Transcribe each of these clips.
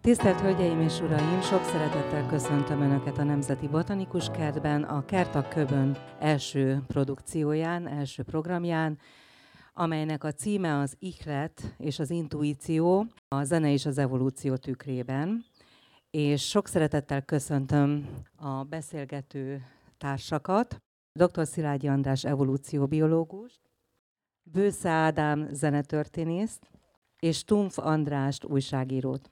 Tisztelt Hölgyeim és Uraim, sok szeretettel köszöntöm Önöket a Nemzeti Botanikus Kertben, a Kert a Köbön első produkcióján, első programján, amelynek a címe az ihlet és az intuíció, a zene és az evolúció tükrében. És sok szeretettel köszöntöm a beszélgető társakat, dr. Szilágyi András evolúcióbiológust, Bősze Ádám zenetörténészt és Stumpf Andrást újságírót.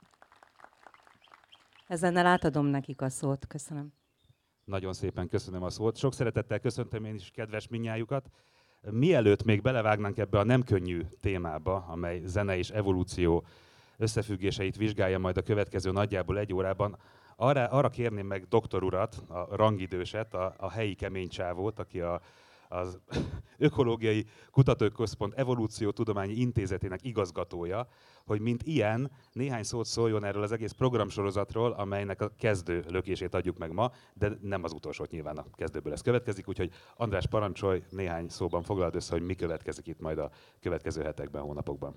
Ezennel átadom nekik a szót. Köszönöm. Nagyon szépen köszönöm a szót. Sok szeretettel köszöntöm én is kedves mindnyájukat. Mielőtt még belevágnánk ebbe a nem könnyű témába, amely zene és evolúció összefüggéseit vizsgálja majd a következő nagyjából 1 órában, arra kérném meg doktor urat, a rangidőset, a helyi kemény csávót, aki az Ökológiai Kutatóközpont Evolúciótudományi Intézetének igazgatója, hogy mint ilyen néhány szót szóljon erről az egész programsorozatról, amelynek a kezdő lökését adjuk meg ma, de nem az utolsót, nyilván a kezdőből ez következik, úgyhogy András, parancsolj, néhány szóban foglald össze, hogy mi következik itt majd a következő hetekben, hónapokban.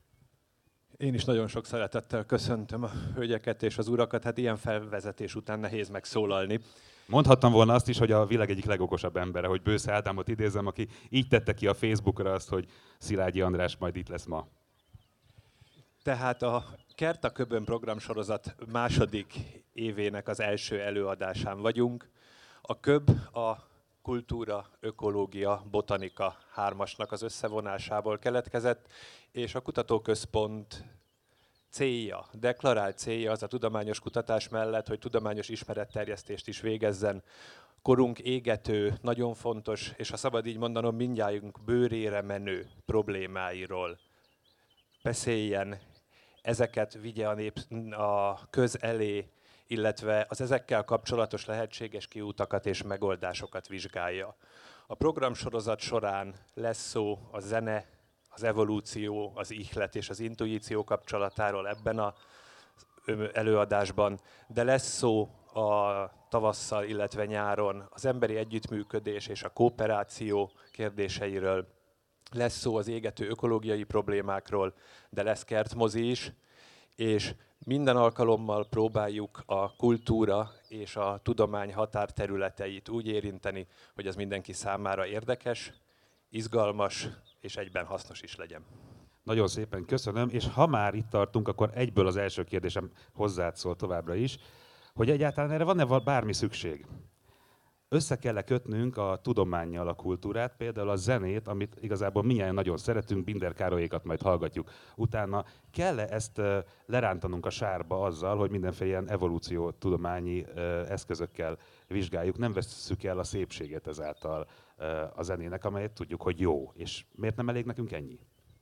Én is nagyon sok szeretettel köszöntöm a hölgyeket és az urakat, hát ilyen felvezetés után nehéz megszólalni. Mondhattam volna azt is, hogy a világ egyik legokosabb embere, hogy Bősze Ádámot idézem, aki így tette ki a Facebookra azt, hogy Szilágyi András majd itt lesz ma. Tehát a Kert a Köbön programsorozat második évének az első előadásán vagyunk. A Köb a kultúra, ökológia, botanika 3-asnak az összevonásából keletkezett, és a kutatóközpont célja, deklarált célja az a tudományos kutatás mellett, hogy tudományos ismeretterjesztést is végezzen. Korunk égető, nagyon fontos, és ha szabad így mondanom, mindnyájunk bőrére menő problémáiról beszéljen, ezeket vigye a köz elé, illetve az ezekkel kapcsolatos lehetséges kiútakat és megoldásokat vizsgálja. A programsorozat során lesz szó a zene, az evolúció, az ihlet és az intuíció kapcsolatáról ebben az előadásban, de lesz szó a tavasszal, illetve nyáron az emberi együttműködés és a kooperáció kérdéseiről, lesz szó az égető ökológiai problémákról, de lesz kertmozi is, és minden alkalommal próbáljuk a kultúra és a tudomány határterületeit úgy érinteni, hogy az mindenki számára érdekes, izgalmas és egyben hasznos is legyen. Nagyon szépen köszönöm, és ha már itt tartunk, akkor egyből az első kérdésem hozzád szól továbbra is, hogy egyáltalán erre van-e bármi szükség? Össze kell kötnünk a tudománnyal a kultúrát, például a zenét, amit igazából mindjárt nagyon szeretünk, Binder Károlyékat majd hallgatjuk. Utána kell-e ezt lerántanunk a sárba azzal, hogy mindenféle ilyen evolúciótudományi eszközökkel vizsgáljuk, nem vesszük el a szépséget ezáltal a zenének, amelyet tudjuk, hogy jó. És miért nem elég nekünk ennyi?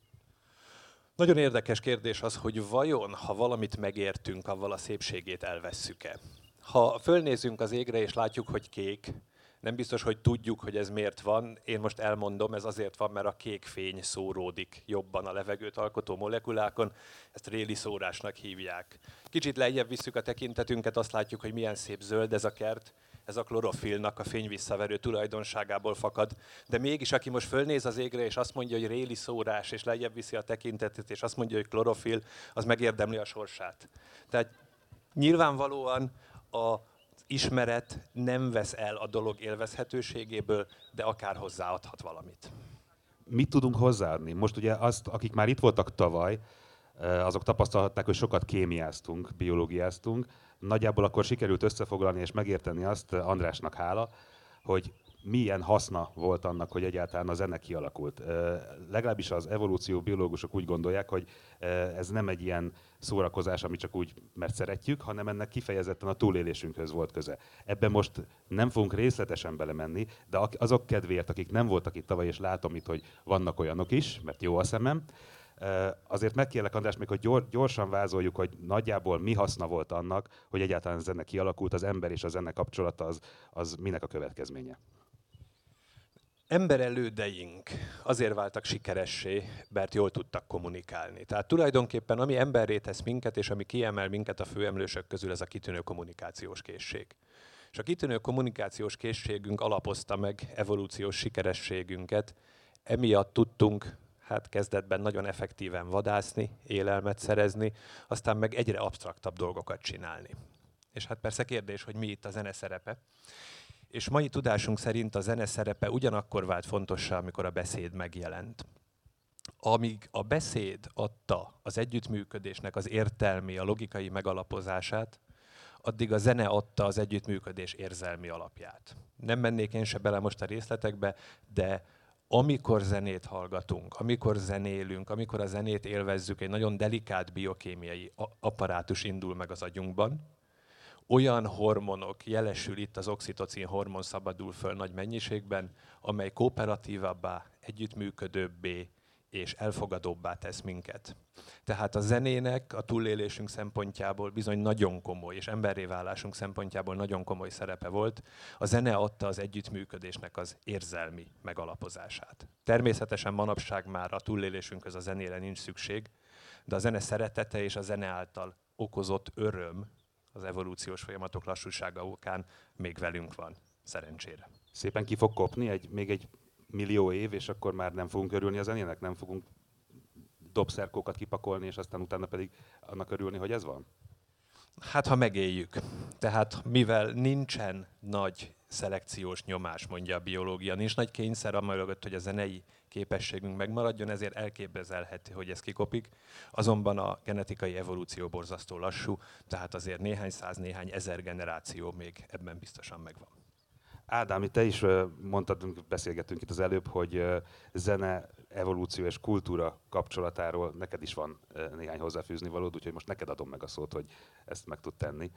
Nagyon érdekes kérdés az, hogy vajon, ha valamit megértünk, avval a szépségét elvesszük-e. Ha fölnézünk az égre és látjuk, hogy kék, nem biztos, hogy tudjuk, hogy ez miért van. Én most elmondom, ez azért van, mert a kék fény szóródik jobban a levegőt alkotó molekulákon. Ezt Rayleigh szórásnak hívják. Kicsit lejjebb visszük a tekintetünket, azt látjuk, hogy milyen szép zöld ez a kert. Ez a klorofillnak a fényvisszaverő tulajdonságából fakad. De mégis, aki most fölnéz az égre, és azt mondja, hogy Rayleigh szórás, és lejjebb viszi a tekintetét, és azt mondja, hogy klorofill, az megérdemli a sorsát. Tehát nyilvánvalóan az ismeret nem vesz el a dolog élvezhetőségéből, de akár hozzáadhat valamit. Mit tudunk hozzáadni? Most ugye azt, akik már itt voltak tavaly, azok tapasztalhatták, hogy sokat kémiáztunk, biológiáztunk. Nagyjából akkor sikerült összefoglalni és megérteni azt, Andrásnak hála, hogy milyen haszna volt annak, hogy egyáltalán a zene kialakult. Legalábbis az evolúcióbiológusok úgy gondolják, hogy ez nem egy ilyen szórakozás, ami csak úgy, mert szeretjük, hanem ennek kifejezetten a túlélésünkhöz volt köze. Ebben most nem fogunk részletesen belemenni, de azok kedvéért, akik nem voltak itt tavaly, és látom itt, hogy vannak olyanok is, mert jó a szemem, azért megkérlek, András, még hogy gyorsan vázoljuk, hogy nagyjából mi haszna volt annak, hogy egyáltalán a zene kialakult, az ember és a zene kapcsolata az minek a következménye? Emberelődeink azért váltak sikeressé, mert jól tudtak kommunikálni. Tehát tulajdonképpen ami emberré tesz minket, és ami kiemel minket a főemlősök közül, ez a kitűnő kommunikációs készség. És a kitűnő kommunikációs készségünk alapozta meg evolúciós sikerességünket, emiatt tudtunk hát kezdetben nagyon effektíven vadászni, élelmet szerezni, aztán meg egyre absztraktabb dolgokat csinálni. És hát persze kérdés, hogy mi itt a zene szerepe. És mai tudásunk szerint a zene szerepe ugyanakkor vált fontossá, amikor a beszéd megjelent. Amíg a beszéd adta az együttműködésnek az értelmi, a logikai megalapozását, addig a zene adta az együttműködés érzelmi alapját. Nem mennék én se bele most a részletekbe, de amikor zenét hallgatunk, amikor zenélünk, amikor a zenét élvezzük, egy nagyon delikát biokémiai apparátus indul meg az agyunkban, olyan hormonok, jelesül itt az oxitocin hormon szabadul föl nagy mennyiségben, amely kooperatívabbá, együttműködőbbé és elfogadóbbá tesz minket. Tehát a zenének a túlélésünk szempontjából bizony nagyon komoly, és emberré válásunk szempontjából nagyon komoly szerepe volt. A zene adta az együttműködésnek az érzelmi megalapozását. Természetesen manapság már a túlélésünkhöz a zenére nincs szükség, de a zene szeretete és a zene által okozott öröm az evolúciós folyamatok lassúsága okán még velünk van, szerencsére. Szépen ki fog kopni még egy millió év, és akkor már nem fogunk örülni a zenének? Nem fogunk dobszerkókat kipakolni, és aztán utána pedig annak örülni, hogy ez van? Hát, ha megéljük. Tehát mivel nincsen nagy szelekciós nyomás, mondja a biológia, nincs nagy kényszer amellett, hogy a zenei képességünk megmaradjon, ezért elképzelhető, hogy ez kikopik. Azonban a genetikai evolúció borzasztó lassú, tehát azért néhány száz, néhány ezer generáció még ebben biztosan megvan. Ádám, te is mondtad, beszélgettünk itt az előbb, hogy zene, evolúció és kultúra kapcsolatáról neked is van néhány hozzáfűzni valód, úgyhogy most neked adom meg a szót, hogy ezt meg tud tenni.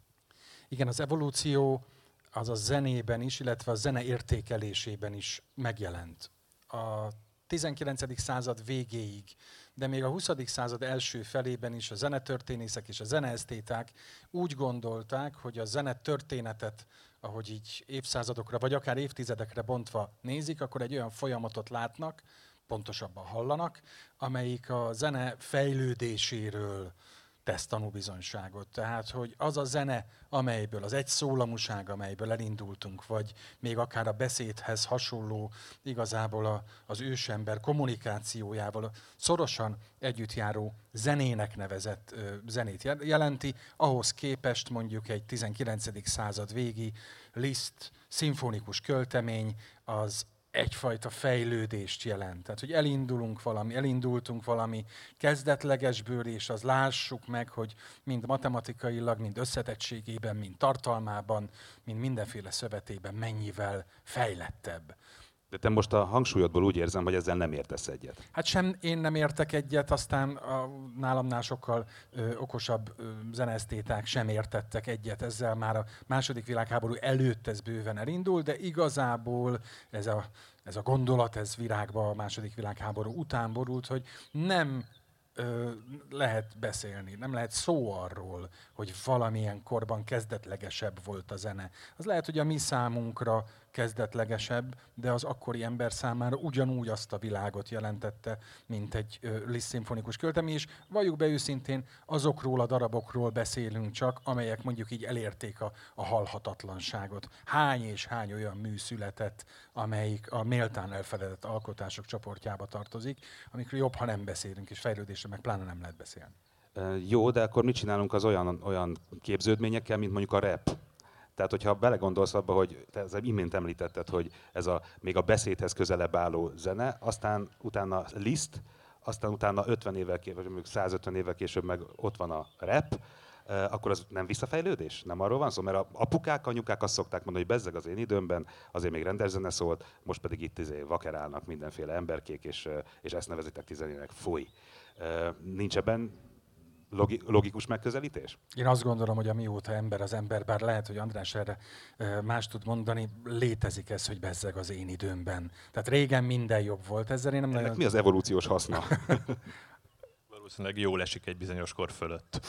Igen, az evolúció az a zenében is, illetve a zene értékelésében is megjelent. A 19. század végéig, de még a 20. század első felében is a zenetörténészek és a zeneesztéták úgy gondolták, hogy a zenetörténetet, ahogy így évszázadokra, vagy akár évtizedekre bontva nézik, akkor egy olyan folyamatot látnak, pontosabban hallanak, amelyik a zene fejlődéséről tesz tanúbizonyságot. Tehát, hogy az a zene, amelyből, az egy szólamúság, amelyből elindultunk, vagy még akár a beszédhez hasonló, igazából az ősember kommunikációjával szorosan együttjáró zenének nevezett zenét jelenti, ahhoz képest mondjuk egy 19. század végi Liszt szimfonikus költemény az egyfajta fejlődést jelent. Tehát, hogy elindultunk valami kezdetlegesből, és az lássuk meg, hogy mind matematikailag, mind összetettségében, mind tartalmában, mind mindenféle szövetében mennyivel fejlettebb. De te most a hangsúlyodból úgy érzem, hogy ezzel nem értesz egyet. Hát sem én nem értek egyet, aztán nálamnál sokkal okosabb zeneesztéták sem értettek egyet. Ezzel már a II. Világháború előtt ez bőven elindul, de igazából ez a gondolat, ez virágba a II. Világháború után borult, hogy nem lehet beszélni, nem lehet szó arról, hogy valamilyen korban kezdetlegesebb volt a zene. Az lehet, hogy a mi számunkra kezdetlegesebb, de az akkori ember számára ugyanúgy azt a világot jelentette, mint egy Liszt szimfonikus költemény, és valljuk be őszintén, azokról a darabokról beszélünk csak, amelyek mondjuk így elérték a halhatatlanságot. Hány és hány olyan mű született, amelyik a méltán elfeledett alkotások csoportjába tartozik, amikről jobb, ha nem beszélünk, és fejlődésre meg pláne nem lehet beszélni. Jó, de akkor mit csinálunk az olyan képződményekkel, mint mondjuk a rap? Tehát, hogyha belegondolsz abba, hogy te az imént említetted, hogy ez még a beszédhez közelebb álló zene, aztán utána Liszt, aztán utána 50 évvel később, vagy mondjuk 150 évvel később meg ott van a rap, akkor az nem visszafejlődés? Nem arról van szó? Mert a apukák, anyukák azt szokták mondani, hogy bezzeg az én időmben, azért még rendes zene szólt, most pedig itt vakerálnak mindenféle emberkék, és ezt nevezitek ti zenének. Fúj. Nincs ebben logikus megközelítés? Én azt gondolom, hogy amióta ember az ember, bár lehet, hogy András erre más tud mondani, létezik ez, hogy bezzeg az én időmben. Tehát régen minden jobb volt. Ezzel én nem Ennek nagyon... mi az evolúciós haszna? Valószínűleg jól esik egy bizonyos kor fölött.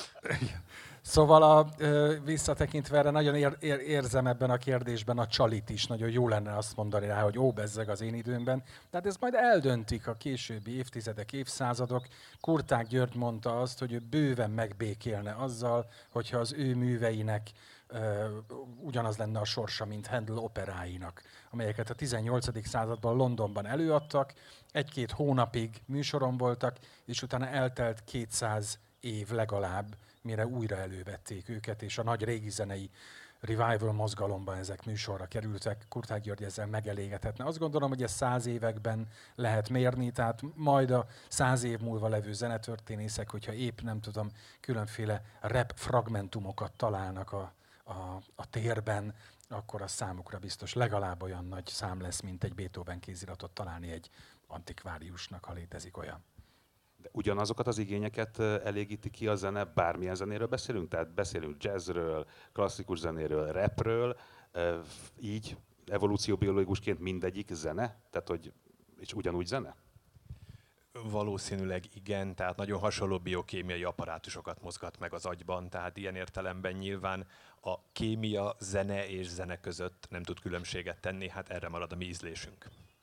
Szóval visszatekintve erre nagyon érzem ebben a kérdésben a csalit is. Nagyon jó lenne azt mondani rá, hogy ó, bezzeg az én időmben. Tehát ez majd eldöntik a későbbi évtizedek, évszázadok. Kurták György mondta azt, hogy ő bőven megbékélne azzal, hogyha az ő műveinek ugyanaz lenne a sorsa, mint Handel operáinak, amelyeket a 18. században Londonban előadtak, 1-2 hónapig műsoron voltak, és utána eltelt 200 év legalább, mire újra elővették őket, és a nagy régi zenei revival mozgalomban ezek műsorra kerültek. Kurtág György ezzel megelégedhetne. Azt gondolom, hogy ez 100 években lehet mérni, tehát majd a 100 év múlva levő zenetörténészek, hogyha épp nem tudom, különféle rap fragmentumokat találnak a térben, akkor az számukra biztos legalább olyan nagy szám lesz, mint egy Beethoven kéziratot találni egy antikváriusnak, ha létezik olyan. De ugyanazokat az igényeket elégíti ki a zene, bármilyen zenéről beszélünk? Tehát beszélünk jazzről, klasszikus zenéről, rapről, így evolúcióbiológusként mindegyik zene? Tehát, hogy és ugyanúgy zene? Valószínűleg igen, tehát nagyon hasonló biokémiai apparátusokat mozgat meg az agyban, tehát ilyen értelemben nyilván a kémia, zene és zene között nem tud különbséget tenni, hát erre marad a mi ízlésünk.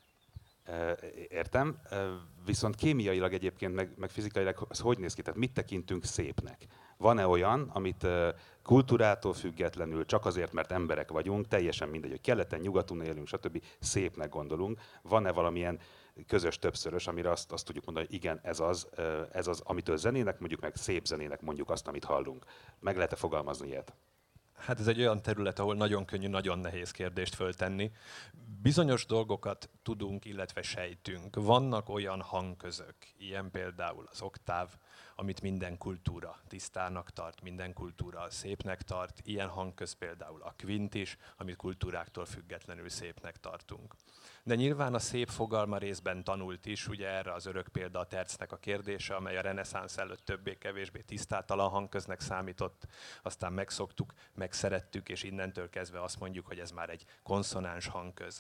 Értem, viszont kémiailag egyébként, meg fizikailag az hogy néz ki? Tehát mit tekintünk szépnek? Van-e olyan, amit kultúrától függetlenül, csak azért, mert emberek vagyunk, teljesen mindegy, hogy keleten, nyugaton élünk, stb. Szépnek gondolunk? Van-e valamilyen közös többszörös, amire azt tudjuk mondani, hogy igen, ez az, amitől zenének mondjuk, meg szép zenének mondjuk azt, amit hallunk? Meg lehet-e fogalmazni ilyet? Hát ez egy olyan terület, ahol nagyon könnyű, nagyon nehéz kérdést föltenni. Bizonyos dolgokat tudunk, illetve sejtünk. Vannak olyan hangközök, ilyen például az oktáv, amit minden kultúra tisztának tart, minden kultúra szépnek tart. Ilyen hangköz például a kvint is, amit kultúráktól függetlenül szépnek tartunk. De nyilván a szép fogalma részben tanult is, ugye erre az örök példa a tercnek a kérdése, amely a reneszánsz előtt többé-kevésbé tisztátalan hangköznek számított, aztán megszoktuk, megszerettük, és innentől kezdve azt mondjuk, hogy ez már egy konszonáns hangköz.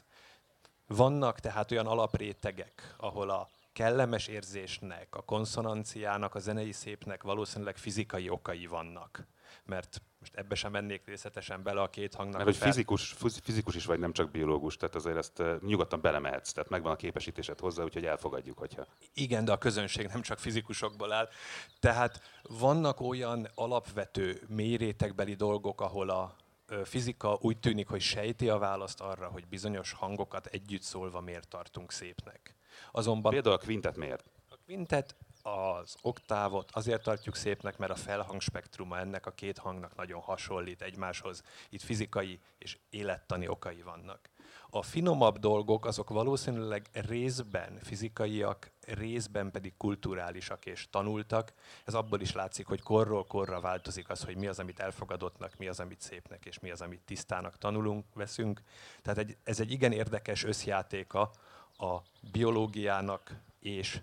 Vannak tehát olyan alaprétegek, ahol a kellemes érzésnek, a konszonanciának, a zenei szépnek valószínűleg fizikai okai vannak. Mert most ebbe sem mennék részletesen bele a két hangnak. Mert hogy fizikus is vagy, nem csak biológus, tehát azért ezt nyugodtan belemehetsz, tehát megvan a képesítésed hozzá, úgyhogy elfogadjuk, hogyha... Igen, de a közönség nem csak fizikusokból áll. Tehát vannak olyan alapvető mélyrétegbeli dolgok, ahol a fizika úgy tűnik, hogy sejti a választ arra, hogy bizonyos hangokat együtt szólva miért tartunk szépnek. Azonban Például a kvintet miért? a kvintet, az oktávot azért tartjuk szépnek, mert a felhangspektruma ennek a két hangnak nagyon hasonlít egymáshoz. Itt fizikai és élettani okai vannak. A finomabb dolgok azok valószínűleg részben fizikaiak, részben pedig kulturálisak és tanultak. Ez abból is látszik, hogy korról korra változik az, hogy mi az, amit elfogadottnak, mi az, amit szépnek, és mi az, amit tisztának tanulunk, veszünk. Tehát ez egy igen érdekes összjátéka a biológiának és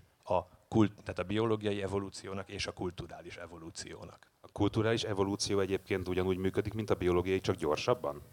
tehát a biológiai evolúciónak és a kulturális evolúciónak. A kulturális evolúció egyébként ugyanúgy működik, mint a biológiai, csak gyorsabban?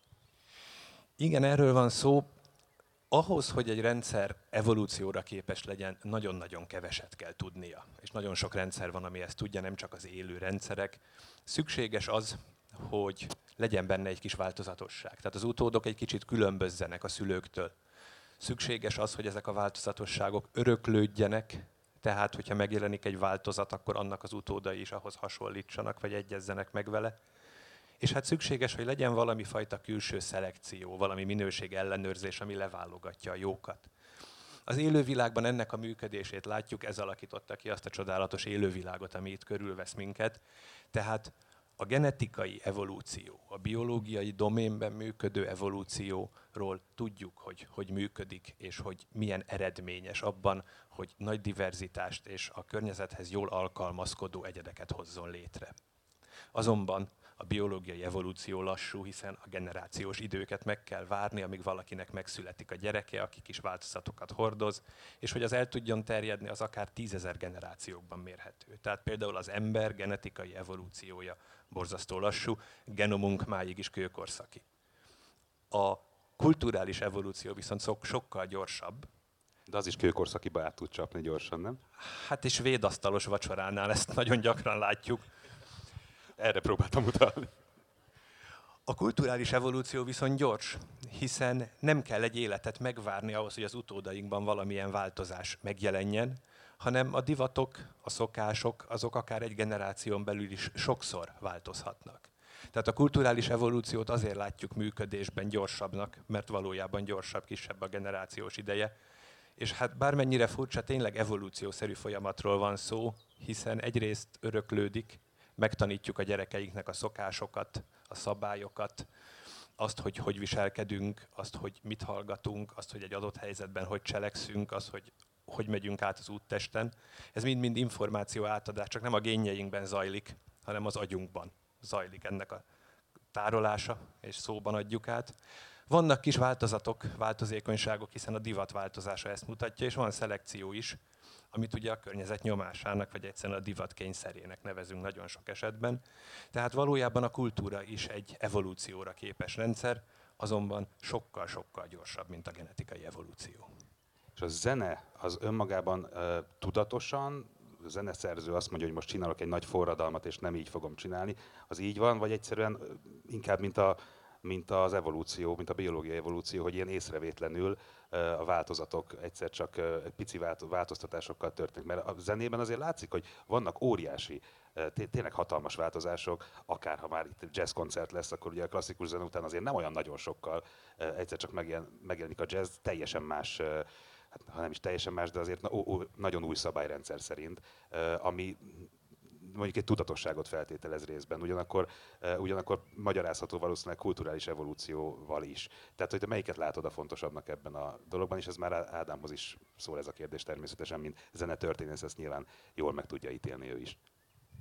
Igen, erről van szó. Ahhoz, hogy egy rendszer evolúcióra képes legyen, nagyon-nagyon keveset kell tudnia. És nagyon sok rendszer van, ami ezt tudja, nem csak az élő rendszerek. Szükséges az, hogy legyen benne egy kis változatosság. Tehát az utódok egy kicsit különbözzenek a szülőktől. Szükséges az, hogy ezek a változatosságok öröklődjenek, tehát hogyha megjelenik egy változat, akkor annak az utódai is ahhoz hasonlítsanak, vagy egyezzenek meg vele. És hát szükséges, hogy legyen valami fajta külső szelekció, valami minőség ellenőrzés, ami leválogatja a jókat. Az élővilágban ennek a működését látjuk, ez alakította ki azt a csodálatos élővilágot, ami itt körülvesz minket. Tehát a genetikai evolúció, a biológiai doménben működő evolúcióról tudjuk, hogy működik, és hogy milyen eredményes abban, hogy nagy diverzitást és a környezethez jól alkalmazkodó egyedeket hozzon létre. Azonban a biológiai evolúció lassú, hiszen a generációs időket meg kell várni, amíg valakinek megszületik a gyereke, aki kis változatokat hordoz, és hogy az el tudjon terjedni, az akár 10 000 generációkban mérhető. Tehát például az ember genetikai evolúciója borzasztó lassú, genomunk máig is kőkorszaki. A kulturális evolúció viszont sokkal gyorsabb. De az is kőkorszakiba át tud csapni gyorsan, nem? Hát és védasztalos vacsoránál ezt nagyon gyakran látjuk. Erre próbáltam utalni. A kulturális evolúció viszont gyors, hiszen nem kell egy életet megvárni ahhoz, hogy az utódainkban valamilyen változás megjelenjen, hanem a divatok, a szokások, azok akár egy generáción belül is sokszor változhatnak. Tehát a kulturális evolúciót azért látjuk működésben gyorsabbnak, mert valójában gyorsabb, kisebb a generációs ideje. És hát bármennyire furcsa, tényleg evolúciószerű folyamatról van szó, hiszen egyrészt öröklődik, megtanítjuk a gyerekeinknek a szokásokat, a szabályokat, azt, hogy viselkedünk, azt, hogy mit hallgatunk, azt, hogy egy adott helyzetben hogy cselekszünk, azt, hogy megyünk át az úttesten. Ez mind-mind információ átadás, csak nem a génjeinkben zajlik, hanem az agyunkban zajlik ennek a tárolása, és szóban adjuk át. Vannak kis változatok, változékonyságok, hiszen a divat változása ezt mutatja, és van szelekció is, amit ugye a környezet nyomásának, vagy egyszerűen a divat kényszerének nevezünk nagyon sok esetben. Tehát valójában a kultúra is egy evolúcióra képes rendszer, azonban sokkal-sokkal gyorsabb, mint a genetikai evolúció. És a zene az önmagában tudatosan, a zeneszerző azt mondja, hogy most csinálok egy nagy forradalmat, és nem így fogom csinálni, az így van, vagy egyszerűen inkább, mint az evolúció, mint a biológiai evolúció, hogy ilyen észrevétlenül a változatok egyszer csak pici változtatásokkal történnek. Mert a zenében azért látszik, hogy vannak óriási, tényleg hatalmas változások, akár ha már itt jazzkoncert lesz, akkor ugye a klasszikus zene után azért nem olyan nagyon sokkal egyszer csak megjelenik a jazz teljesen más, hát, ha nem is teljesen más, de azért nagyon új szabályrendszer szerint, ami mondjuk egy tudatosságot feltételez részben, ugyanakkor magyarázható valószínűleg kulturális evolúcióval is. Tehát, hogy te melyiket látod a fontosabbnak ebben a dologban, és ez már Ádámhoz is szól ez a kérdés természetesen, mint zenetörténész, ezt nyilván jól meg tudja ítélni ő is.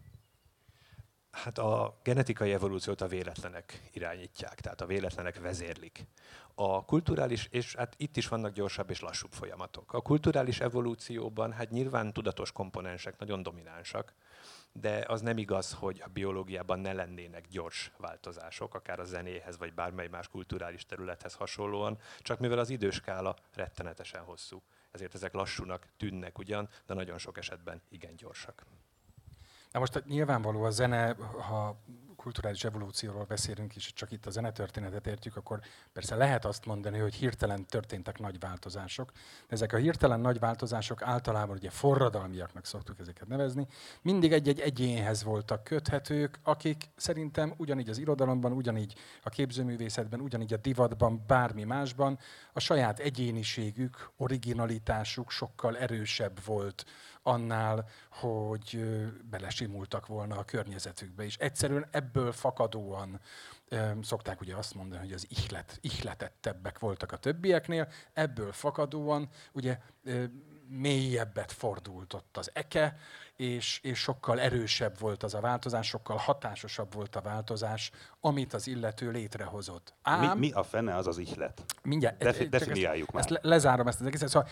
Hát a genetikai evolúciót a véletlenek irányítják, tehát a véletlenek vezérlik. A kulturális, és hát itt is vannak gyorsabb és lassúbb folyamatok. A kulturális evolúcióban hát nyilván tudatos komponensek nagyon dominánsak, de az nem igaz, hogy a biológiában ne lennének gyors változások, akár a zenéhez, vagy bármely más kulturális területhez hasonlóan, csak mivel az időskála rettenetesen hosszú. Ezért ezek lassúnak tűnnek ugyan, de nagyon sok esetben igen gyorsak. Na most nyilvánvaló a zene, ha kulturális evolúcióról beszélünk, és csak itt a zenetörténetet értjük, akkor persze lehet azt mondani, hogy hirtelen történtek nagy változások. De ezek a hirtelen nagy változások általában ugye forradalmiaknak szoktuk ezeket nevezni, mindig egy-egy egyénhez voltak köthetők, akik szerintem ugyanígy az irodalomban, ugyanígy a képzőművészetben, ugyanígy a divatban, bármi másban a saját egyéniségük, originalitásuk sokkal erősebb volt annál, hogy belesimultak volna a környezetükbe. És egyszerűen ebből fakadóan szokták ugye azt mondani, hogy az ihletettebbek voltak a többieknél, ebből fakadóan ugye mélyebbet fordult ott az eke, és sokkal erősebb volt az a változás, sokkal hatásosabb volt a változás, amit az illető létrehozott. Ám, mi a fene az az ihlet? Mindjárt. Definiáljuk már. Lezárom ezt az egészet. Szóval,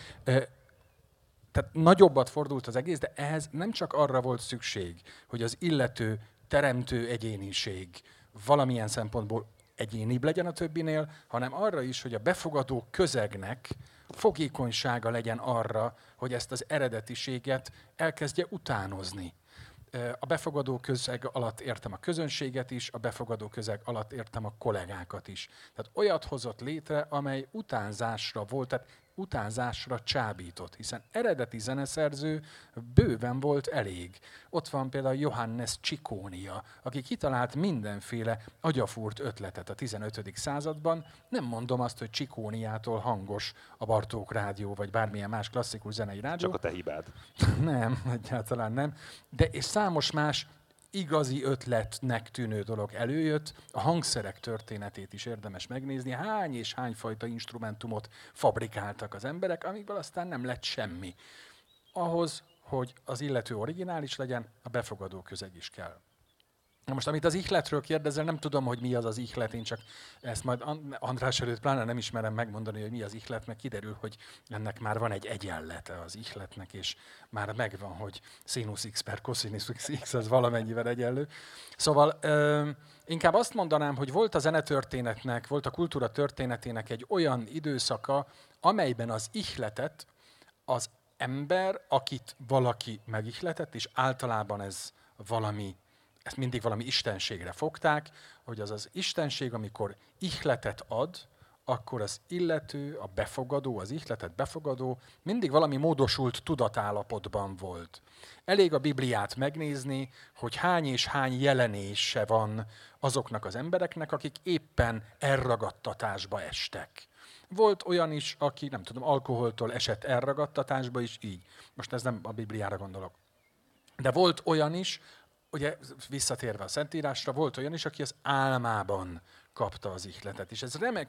tehát nagyobbat fordult az egész, de ehhez nem csak arra volt szükség, hogy az illető teremtő egyéniség valamilyen szempontból egyénibb legyen a többinél, hanem arra is, hogy a befogadó közegnek fogékonysága legyen arra, hogy ezt az eredetiséget elkezdje utánozni. A befogadó közeg alatt értem a közönséget is, a befogadó közeg alatt értem a kollégákat is. Tehát olyat hozott létre, amely utánzásra volt, tehát utánzásra csábított, hiszen eredeti zeneszerző bőven volt elég. Ott van például Johannes Ciccónia, aki kitalált mindenféle agyafúrt ötletet a 15. században. Nem mondom azt, hogy Ciccóniától hangos a Bartók Rádió, vagy bármilyen más klasszikus zenei rádió. Csak a te hibád. Nem, egyáltalán nem. De és számos más igazi ötletnek tűnő dolog előjött, a hangszerek történetét is érdemes megnézni, hány és hány fajta instrumentumot fabrikáltak az emberek, amikből aztán nem lett semmi. Ahhoz, hogy az illető originális legyen, a befogadó közeg is kell. Na most, amit az ihletről kérdezel, nem tudom, hogy mi az az ihlet, én csak ezt majd András előtt pláne nem ismerem megmondani, hogy mi az ihlet, meg kiderül, hogy ennek már van egy egyenlete az ihletnek, és már megvan, hogy sinus x per cosinus x az valamennyivel egyenlő. Szóval inkább azt mondanám, hogy volt a zenetörténetnek, volt a kultúra történetének egy olyan időszaka, amelyben az ihletet az ember, akit valaki megihletett, és általában ez ezt mindig valami istenségre fogták, hogy az az istenség, amikor ihletet ad, akkor az illető, a befogadó, az ihletet befogadó mindig valami módosult tudatállapotban volt. Elég a Bibliát megnézni, hogy hány és hány jelenése van azoknak az embereknek, akik éppen elragadtatásba estek. Volt olyan is, aki, nem tudom, alkoholtól esett elragadtatásba is így. Most ez nem a Bibliára gondolok. De volt olyan is, ugye visszatérve a Szentírásra, volt olyan is, aki az álmában kapta az ihletet. És ez remek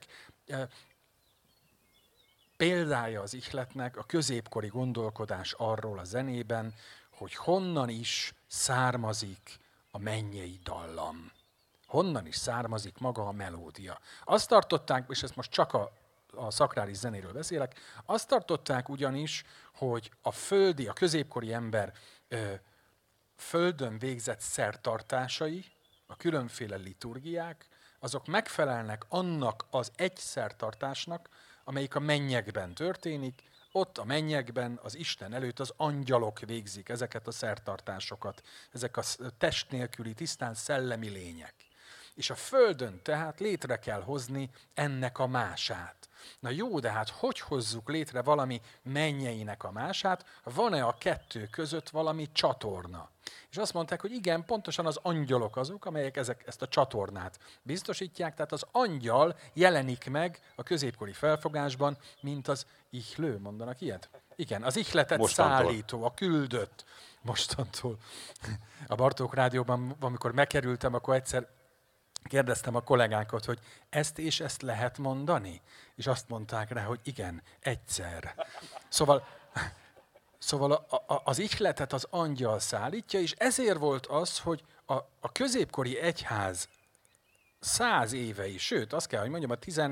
példája az ihletnek a középkori gondolkodás arról a zenében, hogy honnan is származik a mennyei dallam. Honnan is származik maga a melódia. Azt tartották, és ezt most csak a szakrális zenéről beszélek, azt tartották ugyanis, hogy a földi, a középkori ember földön végzett szertartásai, a különféle liturgiák, azok megfelelnek annak az egy szertartásnak, amelyik a mennyekben történik. Ott a mennyekben az Isten előtt az angyalok végzik ezeket a szertartásokat, ezek a test nélküli, tisztán szellemi lények. És a földön tehát létre kell hozni ennek a mását. Na jó, de hát hogy hozzuk létre valami mennyeinek a mását? Van-e a kettő között valami csatorna? És azt mondták, hogy igen, pontosan az angyalok azok, amelyek ezt a csatornát biztosítják, tehát az angyal jelenik meg a középkori felfogásban, mint az ihlő, mondanak ilyet? Igen, az ihletet szállító, a küldött. Mostantól. A Bartók Rádióban, amikor megkerültem, akkor egyszer kérdeztem a kollégákat, hogy ezt és ezt lehet mondani? És azt mondták rá, hogy igen, egyszer. Szóval az ihletet az angyal szállítja, és ezért volt az, hogy a középkori egyház 100 évei, sőt, azt kell, hogy mondjam, a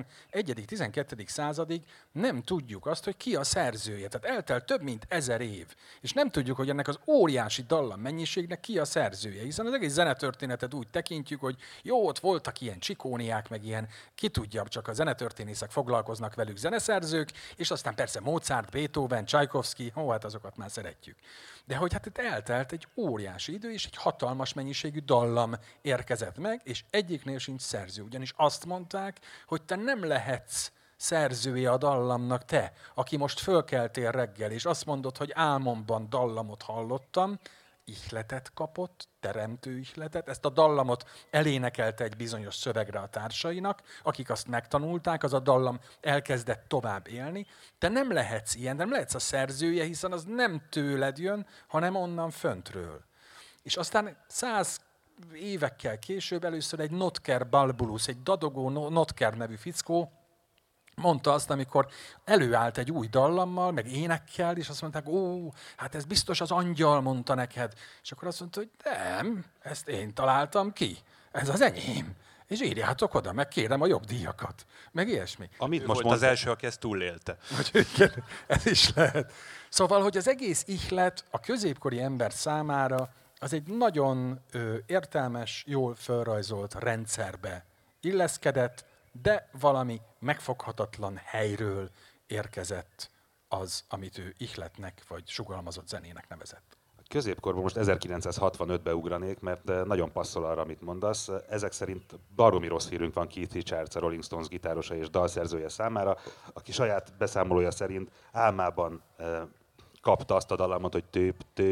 11.-12. századig nem tudjuk azt, hogy ki a szerzője. Tehát eltelt több mint 1000 év. És nem tudjuk, hogy ennek az óriási dallam mennyiségnek ki a szerzője. Hiszen az egész zenetörténetet úgy tekintjük, hogy jó, ott voltak ilyen csikóniák, meg ilyen, ki tudja, csak a zenetörténészek foglalkoznak velük zeneszerzők, és aztán persze Mozart, Beethoven, Tchaikovsky, hát azokat már szeretjük. De hogy hát itt eltelt egy óriási idő, és egy hatalmas mennyiségű dallam érkezett meg, és egyiknél sincs szerző. Ugyanis azt mondták, hogy te nem lehetsz szerzője a dallamnak, te, aki most fölkeltél reggel, és azt mondod, hogy álmomban dallamot hallottam, ihletet kapott, teremtő ihletet, ezt a dallamot elénekelte egy bizonyos szövegre a társainak, akik azt megtanulták, az a dallam elkezdett tovább élni. Te nem lehetsz ilyen, nem lehetsz a szerzője, hiszen az nem tőled jön, hanem onnan föntről. És aztán 100 évekkel később először egy Notker Balbulus, egy dadogó Notker nevű fickó mondta azt, amikor előállt egy új dallammal, meg énekkel, és azt mondták, hát ez biztos az angyal mondta neked. És akkor azt mondta, hogy nem, ezt én találtam ki, ez az enyém. És írjátok oda, meg kérem a jogdíjakat, meg ilyesmi. Amit most volt az első, aki ezt túlélte. Igen, ez is lehet. Szóval, hogy az egész ihlet a középkori ember számára az egy nagyon értelmes, jól felrajzolt rendszerbe illeszkedett, de valami megfoghatatlan helyről érkezett az, amit ő ihletnek vagy sugalmazott zenének nevezett. Középkorban most 1965-be ugranék, mert nagyon passzol arra, amit mondasz. Ezek szerint baromi rossz hírünk van Keith Richards, a Rolling Stones gitárosa és dalszerzője számára, aki saját beszámolója szerint álmában kapta azt a dallamot, hogy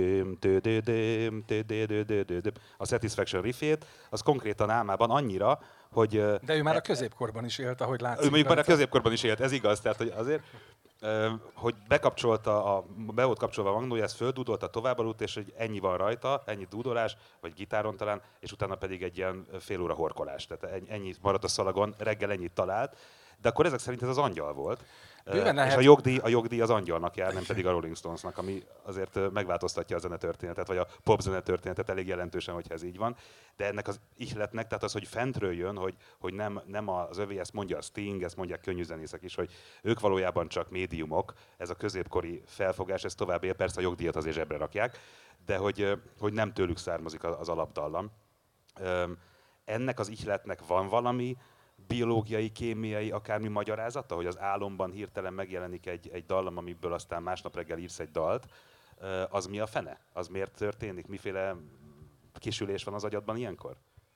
a Satisfaction riffét, az konkrétan álmában annyira, hogy... De ő már a középkorban is élt, ahogy látszik. Ő mondjuk már a középkorban is élt, ez igaz, tehát hogy azért, hogy be volt kapcsolva a magnója, ezt földúdolta, tovább aludt, és hogy ennyi van rajta, ennyi dúdolás, vagy gitáron talán, és utána pedig egy ilyen fél óra horkolás. Tehát ennyi maradt a szalagon, reggel ennyit talált, de akkor ezek szerint ez az angyal volt. És a jogdíj az angyalnak jár, nem pedig a Rolling Stonesnak, ami azért megváltoztatja a zenetörténetet, vagy a pop zenetörténetet elég jelentősen, hogyha ez így van. De ennek az ihletnek, tehát az, hogy fentről jön, hogy nem az övé, ezt mondja a Sting, ezt mondják könnyű zenészek is, hogy ők valójában csak médiumok, ez a középkori felfogás, ez tovább él, persze a jogdíjat azért zsebre rakják, de hogy nem tőlük származik az alapdallam. Ennek az ihletnek van valami biológiai, kémiai, akármi magyarázata, hogy az álomban hirtelen megjelenik egy dallam, amiből aztán másnap reggel írsz egy dalt, az mi a fene? Az miért történik? Miféle kisülés van az agyadban ilyenkor?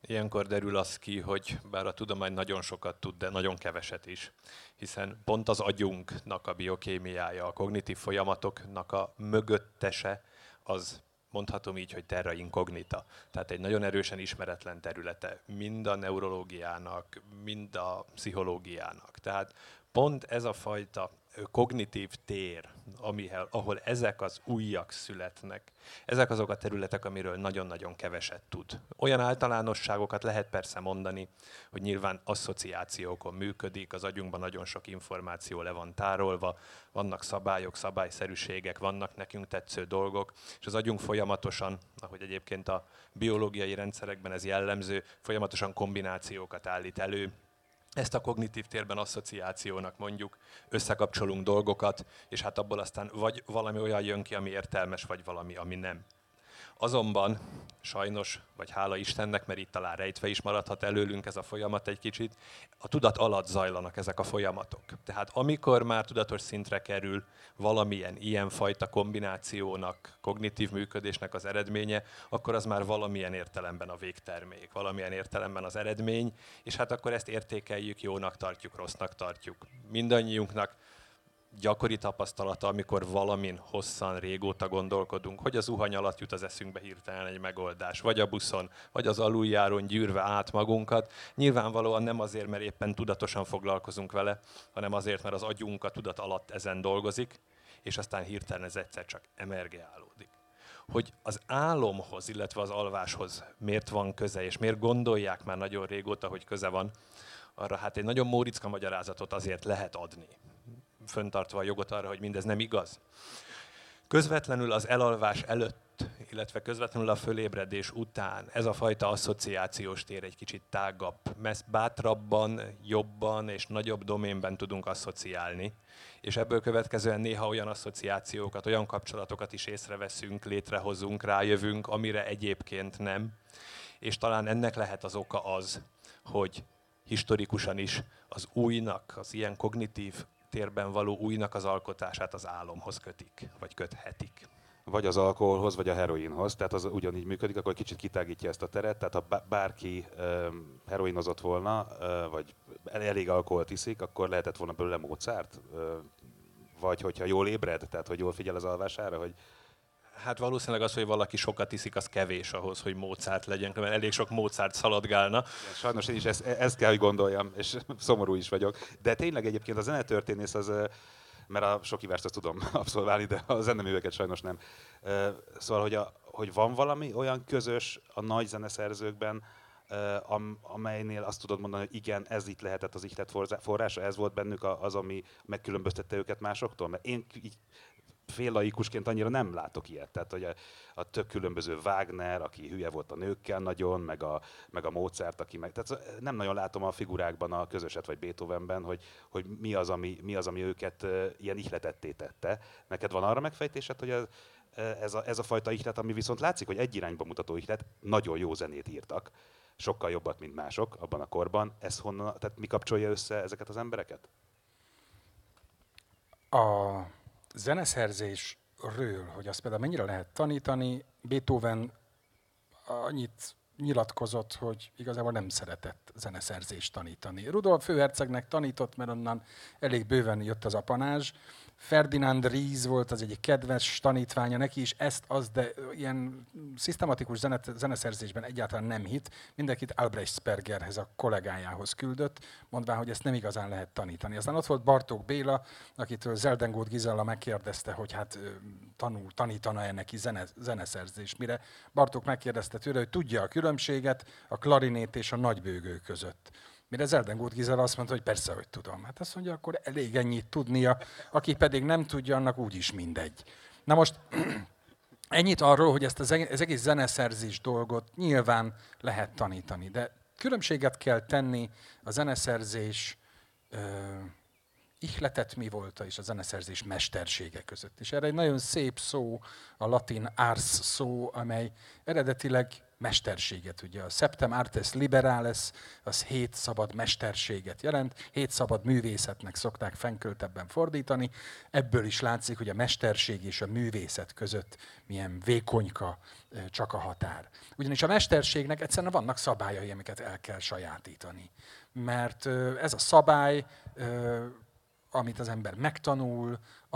Ilyenkor derül az ki, hogy bár a tudomány nagyon sokat tud, de nagyon keveset is, hiszen pont az agyunknak a biokémiája, a kognitív folyamatoknak a mögöttese, az mondhatom így, hogy terra incognita. Tehát egy nagyon erősen ismeretlen területe mind a neurológiának, mind a pszichológiának. Tehát pont ez a fajta kognitív tér, ahol ezek az újak születnek, ezek azok a területek, amiről nagyon-nagyon keveset tud. Olyan általánosságokat lehet persze mondani, hogy nyilván asszociációkon működik, az agyunkban nagyon sok információ le van tárolva, vannak szabályok, szabályszerűségek, vannak nekünk tetsző dolgok, és az agyunk folyamatosan, ahogy egyébként a biológiai rendszerekben ez jellemző, folyamatosan kombinációkat állít elő. Ezt a kognitív térben asszociációnak mondjuk, összekapcsolunk dolgokat, és hát abból aztán vagy valami olyan jön ki, ami értelmes, vagy valami, ami nem. Azonban sajnos, vagy hála Istennek, mert itt talán rejtve is maradhat előlünk ez a folyamat egy kicsit, a tudat alatt zajlanak ezek a folyamatok. Tehát amikor már tudatos szintre kerül valamilyen ilyenfajta kombinációnak, kognitív működésnek az eredménye, akkor az már valamilyen értelemben a végtermék, valamilyen értelemben az eredmény, és hát akkor ezt értékeljük, jónak tartjuk, rossznak tartjuk. Mindannyiunknak gyakori tapasztalata, amikor valamin hosszan, régóta gondolkodunk, hogy az zuhany alatt jut az eszünkbe hirtelen egy megoldás, vagy a buszon, vagy az aluljáron gyűrve át magunkat. Nyilvánvalóan nem azért, mert éppen tudatosan foglalkozunk vele, hanem azért, mert az agyunk a tudat alatt ezen dolgozik, és aztán hirtelen ez egyszer csak emergeálódik. Hogy az álomhoz, illetve az alváshoz miért van köze, és miért gondolják már nagyon régóta, hogy köze van, arra hát egy nagyon móricka magyarázatot azért lehet adni, föntartva a jogot arra, hogy mindez nem igaz. Közvetlenül az elalvás előtt, illetve közvetlenül a fölébredés után ez a fajta asszociációs tér egy kicsit tágabb, bátrabban, jobban és nagyobb doménben tudunk asszociálni, és ebből következően néha olyan asszociációkat, olyan kapcsolatokat is észreveszünk, létrehozunk, rájövünk, amire egyébként nem. És talán ennek lehet az oka az, hogy historikusan is az újnak, az ilyen kognitív térben való újnak az alkotását az álomhoz kötik, vagy köthetik. Vagy az alkoholhoz, vagy a heroinhoz, tehát az ugyanígy működik, akkor kicsit kitágítja ezt a teret, tehát ha bárki heroinozott volna, vagy elég alkoholt iszik, akkor lehetett volna belőle Mozart, vagy hogyha jól ébred, tehát hogy jól figyel az alvására, hogy... Hát valószínűleg az, hogy valaki sokat iszik, az kevés ahhoz, hogy Mozart legyen, mert elég sok Mozart szaladgálna. Sajnos én is ezt kell, hogy gondoljam, és szomorú is vagyok. De tényleg egyébként a zenetörténész az, mert a sok hívást azt tudom abszolválni, de a zeneműveket sajnos nem. Szóval, hogy van valami olyan közös a nagy zeneszerzőkben, amelynél azt tudod mondani, hogy igen, ez itt lehetett az ihlet forrása, ez volt bennük az, ami megkülönböztette őket másoktól? Mert én így féllaikusként annyira nem látok ilyet. Tehát, hogy a tök különböző Wagner, aki hülye volt a nőkkel nagyon, meg a Mozart, aki meg... Tehát nem nagyon látom a figurákban a közöset, vagy Beethovenben, hogy mi az, ami őket ilyen ihletetté tette. Neked van arra megfejtésed, hogy ez a fajta ihlet, ami viszont látszik, hogy egy irányba mutató ihlet, nagyon jó zenét írtak, sokkal jobbat, mint mások abban a korban. Ez honnan, tehát mi kapcsolja össze ezeket az embereket? A zeneszerzésről, hogy azt például mennyire lehet tanítani, Beethoven annyit nyilatkozott, hogy igazából nem szeretett zeneszerzést tanítani. Rudolf főhercegnek tanított, mert onnan elég bőven jött az apanázs. Ferdinand Ries volt az egyik kedves tanítványa, neki is de ilyen szisztematikus zeneszerzésben egyáltalán nem hitt. Mindenkit Albrechtsbergerhez, a kollégájához küldött, mondván, hogy ezt nem igazán lehet tanítani. Aztán ott volt Bartók Béla, akitől Zeldengót Gizella megkérdezte, hogy hát tanítana-e neki zeneszerzést. Mire Bartók megkérdezte tőle, hogy tudja a különbséget a klarinét és a nagybőgő között. Mire Zeldengót Gizella azt mondta, hogy persze, hogy tudom. Hát azt mondja, akkor elég ennyit tudnia, aki pedig nem tudja, annak úgyis mindegy. Na most ennyit arról, hogy ezt az egész zeneszerzés dolgot nyilván lehet tanítani, de különbséget kell tenni a zeneszerzés ihletet mi volt és a zeneszerzés mestersége között. És erre egy nagyon szép szó, a latin ars szó, amely eredetileg mesterséget. Ugye a Septem Artes Liberales, az 7 szabad mesterséget jelent, 7 szabad művészetnek szokták fennköltebben fordítani. Ebből is látszik, hogy a mesterség és a művészet között milyen vékonyka csak a határ. Ugyanis a mesterségnek egyszerűen vannak szabályai, amiket el kell sajátítani. Mert ez a szabály, amit az ember megtanul,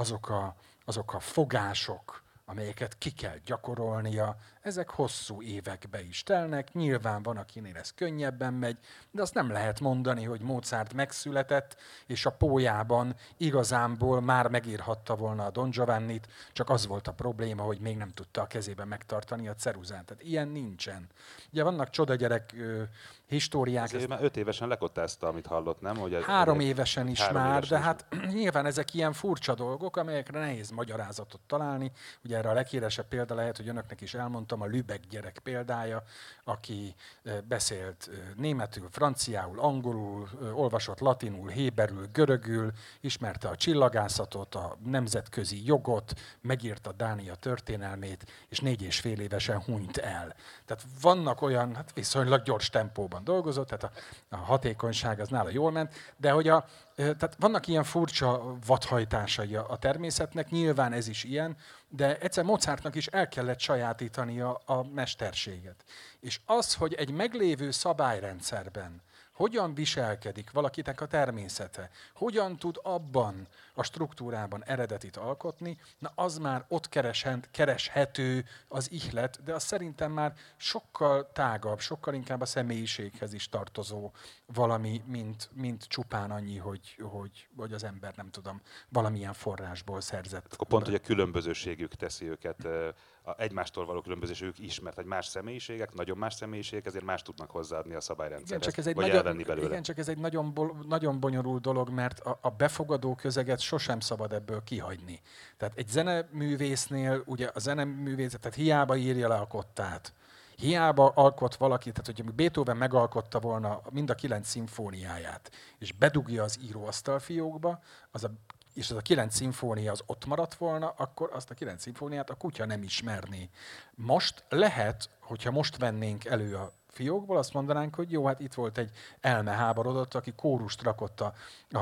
azok a fogások, amelyeket ki kell gyakorolnia, ezek hosszú évekbe is telnek. Nyilván van, akinél ez könnyebben megy, de azt nem lehet mondani, hogy Mozart megszületett, és a pólyában igazánból már megírhatta volna a Don Giovannit, csak az volt a probléma, hogy még nem tudta a kezében megtartani a ceruzát. Tehát ilyen nincsen. Ugye vannak csodagyerek históriák. Ezért már 5 évesen lekottázta, amit hallott, nem? Hogy 3 évesen is 3 már, évesen de is. hát nyilván ezek ilyen furcsa dolgok, amelyekre nehéz magyarázatot találni. Ugye erre a leghíresebb példa lehet, hogy önöknek is elmondtam, a Lübeck gyerek példája, aki beszélt németül, franciául, angolul, olvasott latinul, héberül, görögül, ismerte a csillagászatot, a nemzetközi jogot, megírta Dánia történelmét, és 4,5 évesen hunyt el. Tehát vannak olyan, hát viszonylag gyors tempóban dolgozott, tehát a hatékonyság az nála jól ment, de hogy tehát vannak ilyen furcsa vadhajtásai a természetnek, nyilván ez is ilyen, de egyszer Mozartnak is el kellett sajátítania a mesterséget. És az, hogy egy meglévő szabályrendszerben hogyan viselkedik valakinek a természete, hogyan tud abban a struktúrában eredetit alkotni, na az már ott kereshető az ihlet, de az szerintem már sokkal tágabb, sokkal inkább a személyiséghez is tartozó valami, mint csupán annyi, hogy az ember, nem tudom, valamilyen forrásból szerzett. Akkor pont, hogy a különbözőségük teszi őket, egymástól való különbözőségük is, mert egy más személyiségek, nagyon más személyiségek, ezért más tudnak hozzáadni a szabályrendszerhez, vagy elvenni belőle. Igen, csak ez egy nagyon bonyolult dolog, mert a befogadó közeget sosem szabad ebből kihagyni. Tehát egy zeneművésznél, ugye a zeneművészet, tehát hiába írja le a kottát, hiába alkot valaki, tehát hogy Beethoven megalkotta volna mind a 9 szimfóniáját, és bedugja az íróasztalfiókba, és az a 9 szimfónia az ott maradt volna, akkor azt a 9 szimfóniát a kutya nem ismerné. Most lehet, hogyha most vennénk elő a fiókból, azt mondanánk, hogy jó, hát itt volt egy elmeháborodott, aki kórust rakott a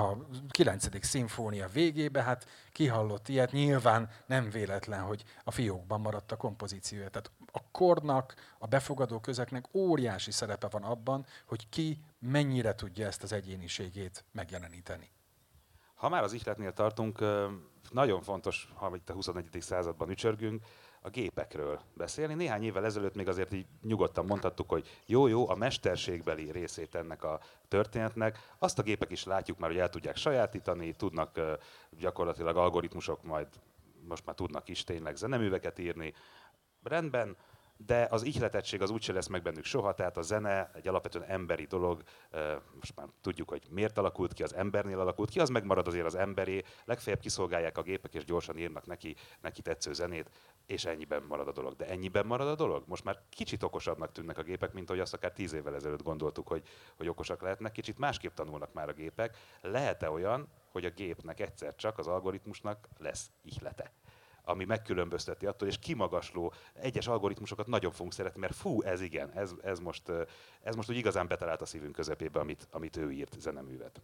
9. szimfónia végébe, hát kihallott ilyet, nyilván nem véletlen, hogy a fiókban maradt a kompozíciója. Tehát a kornak, a befogadó közeknek óriási szerepe van abban, hogy ki mennyire tudja ezt az egyéniségét megjeleníteni. Ha már az ihletnél tartunk, nagyon fontos, ha itt a 21. században ücsörgünk, a gépekről beszélni. Néhány évvel ezelőtt még azért így nyugodtan mondhattuk, hogy jó, a mesterségbeli részét ennek a történetnek, azt a gépek is látjuk már, hogy el tudják sajátítani, tudnak gyakorlatilag algoritmusok, majd most már tudnak is tényleg zeneműveket írni. Rendben, de az ihletettség az úgyse lesz meg bennük soha, tehát a zene egy alapvetően emberi dolog, most már tudjuk, hogy miért alakult ki, az embernél alakult ki, az megmarad azért az emberé, legfeljebb kiszolgálják a gépek, és gyorsan írnak neki tetsző zenét, és ennyiben marad a dolog. De ennyiben marad a dolog? Most már kicsit okosabbnak tűnnek a gépek, mint ahogy azt akár 10 évvel ezelőtt gondoltuk, hogy okosak lehetnek, kicsit másképp tanulnak már a gépek. Lehet-e olyan, hogy a gépnek egyszer csak az algoritmusnak lesz ihlete, ami megkülönbözteti attól, és kimagasló egyes algoritmusokat nagyon fogunk szeretni, mert fú, ez igen, ez most úgy igazán betalált a szívünk közepébe, amit ő írt zeneművet.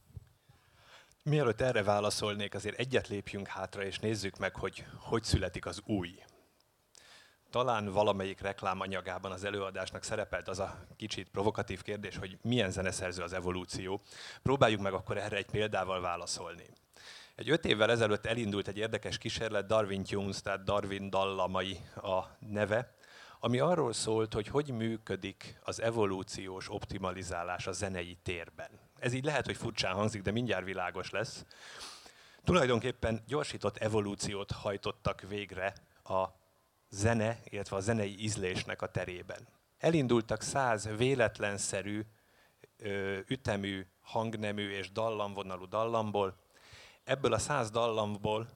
Mielőtt erre válaszolnék, azért egyet lépjünk hátra, és nézzük meg, hogy születik az új. Talán valamelyik reklámanyagában az előadásnak szerepelt az a kicsit provokatív kérdés, hogy milyen zeneszerző az evolúció. Próbáljuk meg akkor erre egy példával válaszolni. Egy 5 évvel ezelőtt elindult egy érdekes kísérlet, Darwin Tunes, tehát Darwin dallamai a neve, ami arról szólt, hogy működik az evolúciós optimalizálás a zenei térben. Ez így lehet, hogy furcsán hangzik, de mindjárt világos lesz. Tulajdonképpen gyorsított evolúciót hajtottak végre a zene, illetve a zenei ízlésnek a terében. Elindultak 100 véletlenszerű, ütemű, hangnemű és dallamvonalú dallamból. Ebből a 100 dallamból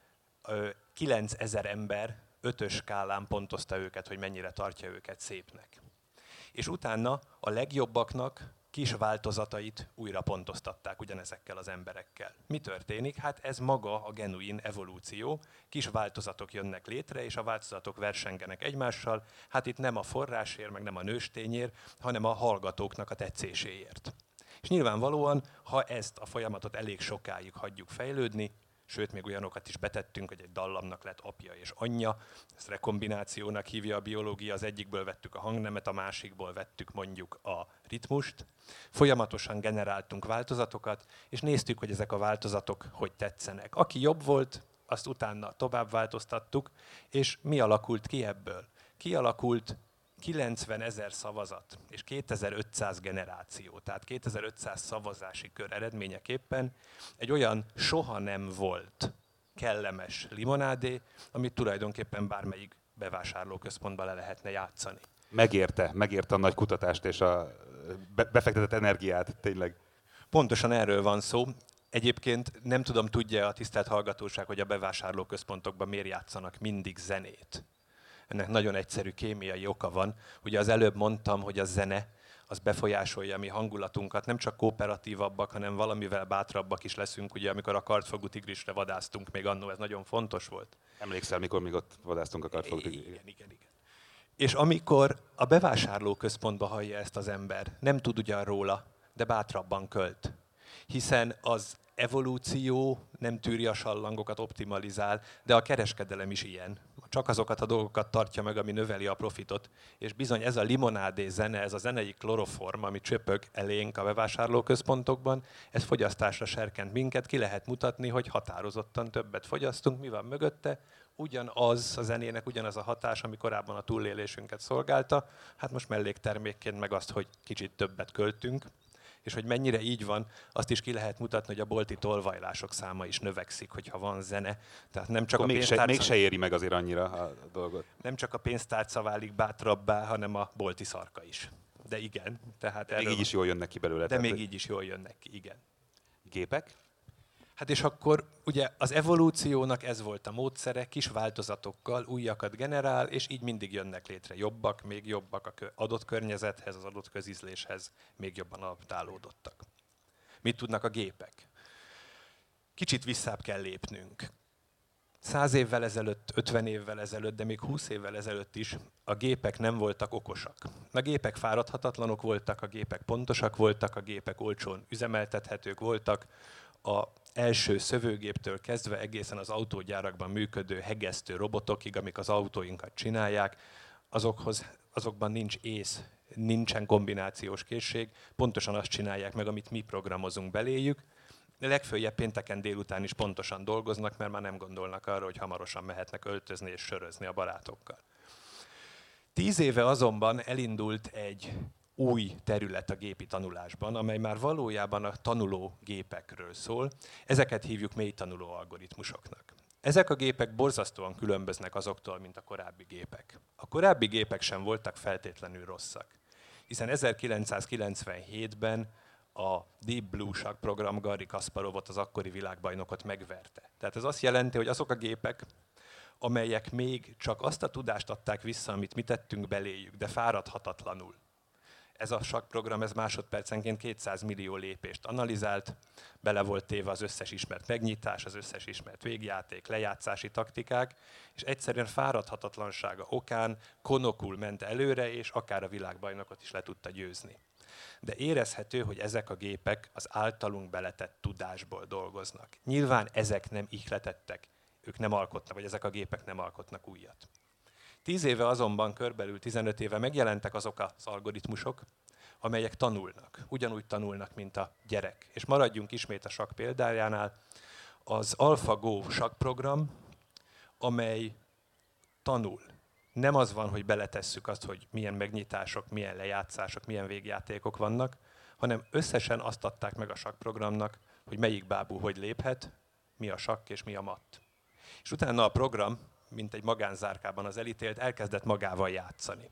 9000 ember 5-ös skálán pontozta őket, hogy mennyire tartja őket szépnek. És utána a legjobbaknak kis változatait újra pontoztatták ugyanezekkel az emberekkel. Mi történik? Hát ez maga a genuin evolúció. Kis változatok jönnek létre, és a változatok versengenek egymással. Hát itt nem a forrásért, meg nem a nőstényért, hanem a hallgatóknak a tetszéséért. És nyilvánvalóan, ha ezt a folyamatot elég sokáig hagyjuk fejlődni, sőt, még olyanokat is betettünk, hogy egy dallamnak lett apja és anyja, ezt rekombinációnak hívja a biológia, az egyikből vettük a hangnemet, a másikból vettük mondjuk a ritmust. Folyamatosan generáltunk változatokat, és néztük, hogy ezek a változatok hogy tetszenek. Aki jobb volt, azt utána tovább változtattuk, és mi alakult ki ebből? Kialakult 90 000 szavazat és 2500 generáció, tehát 2500 szavazási kör eredményeképpen egy olyan soha nem volt kellemes limonádé, amit tulajdonképpen bármelyik bevásárlóközpontban le lehetne játszani. Megérte a nagy kutatást és a befektetett energiát, tényleg. Pontosan erről van szó. Egyébként nem tudom, tudja a tisztelt hallgatóság, hogy a bevásárlóközpontokban miért játszanak mindig zenét. Ennek nagyon egyszerű kémiai oka van. Ugye az előbb mondtam, hogy a zene az befolyásolja a mi hangulatunkat, nem csak kooperatívabbak, hanem valamivel bátrabbak is leszünk, ugye amikor a kartfogú tigrisre vadásztunk, még annó ez nagyon fontos volt. Emlékszel, mikor még ott vadásztunk a kartfogú tigrisre? Igen. És amikor a bevásárlóközpontba hallja ezt az ember, nem tud ugyan róla, de bátrabban költ. Hiszen az evolúció nem tűri a sallangokat, optimalizál, de a kereskedelem is ilyen. Csak azokat a dolgokat tartja meg, ami növeli a profitot. És bizony ez a limonádé zene, ez a zenei kloroform, ami csöpög elénk a bevásárlóközpontokban, ez fogyasztásra serkent minket, ki lehet mutatni, hogy határozottan többet fogyasztunk. Mi van mögötte? Ugyanaz a zenének, ugyanaz a hatás, ami korábban a túlélésünket szolgálta, hát most melléktermékként meg azt, hogy kicsit többet költünk. És hogy mennyire így van, azt is ki lehet mutatni, hogy a bolti tolvajlások száma is növekszik, hogyha van zene. Tehát nem csak mégse éri meg azért annyira a dolgot. Nem csak a pénztárca válik bátrabbá, hanem a bolti szarka is. De igen. Tehát még így is jól jönnek ki belőle. De még így is jól jönnek ki, igen. Gépek? Hát és akkor ugye az evolúciónak ez volt a módszere, kis változatokkal újakat generál, és így mindig jönnek létre jobbak, még jobbak az adott környezethez, az adott közízléshez, még jobban adaptálódottak. Mit tudnak a gépek? Kicsit visszább kell lépnünk. 100 évvel ezelőtt, 50 évvel ezelőtt, de még 20 évvel ezelőtt is a gépek nem voltak okosak. A gépek fáradhatatlanok voltak, a gépek pontosak voltak, a gépek olcsón üzemeltethetők voltak, az első szövőgéptől kezdve egészen az autógyárakban működő hegesztő robotokig, amik az autóinkat csinálják, azokban nincs ész, nincsen kombinációs készség, pontosan azt csinálják meg, amit mi programozunk beléjük. De legfőjebb pénteken délután is pontosan dolgoznak, mert már nem gondolnak arra, hogy hamarosan mehetnek öltözni és sörözni a barátokkal. 10 éve azonban elindult egy új terület a gépi tanulásban, amely már valójában a tanuló gépekről szól. Ezeket hívjuk mélytanuló algoritmusoknak. Ezek a gépek borzasztóan különböznek azoktól, mint a korábbi gépek. A korábbi gépek sem voltak feltétlenül rosszak, hiszen 1997-ben a Deep Blue Shark program Garry Kasparovot, az akkori világbajnokot megverte. Tehát ez azt jelenti, hogy azok a gépek, amelyek még csak azt a tudást adták vissza, amit mi tettünk beléjük, de fáradhatatlanul. Ez a sakkprogram, ez másodpercenként 200 millió lépést analizált, bele volt téve az összes ismert megnyitás, az összes ismert végjáték, lejátszási taktikák, és egyszerűen fáradhatatlansága okán konokul ment előre, és akár a világbajnokot is le tudta győzni. De érezhető, hogy ezek a gépek az általunk beletett tudásból dolgoznak. Nyilván ezek nem ihletettek, ők nem alkotnak, vagy ezek a gépek nem alkotnak újat. 10 éve azonban, körülbelül 15 éve megjelentek azok az algoritmusok, amelyek tanulnak. Ugyanúgy tanulnak, mint a gyerek. És maradjunk ismét a sakk példájánál. Az AlphaGo sakkprogram, amely tanul. Nem az van, hogy beletesszük azt, hogy milyen megnyitások, milyen lejátszások, milyen végjátékok vannak, hanem összesen azt adták meg a sakkprogramnak, hogy melyik bábú hogy léphet, mi a sakk és mi a matt. És utána a program, mint egy magánzárkában az elítélt, elkezdett magával játszani.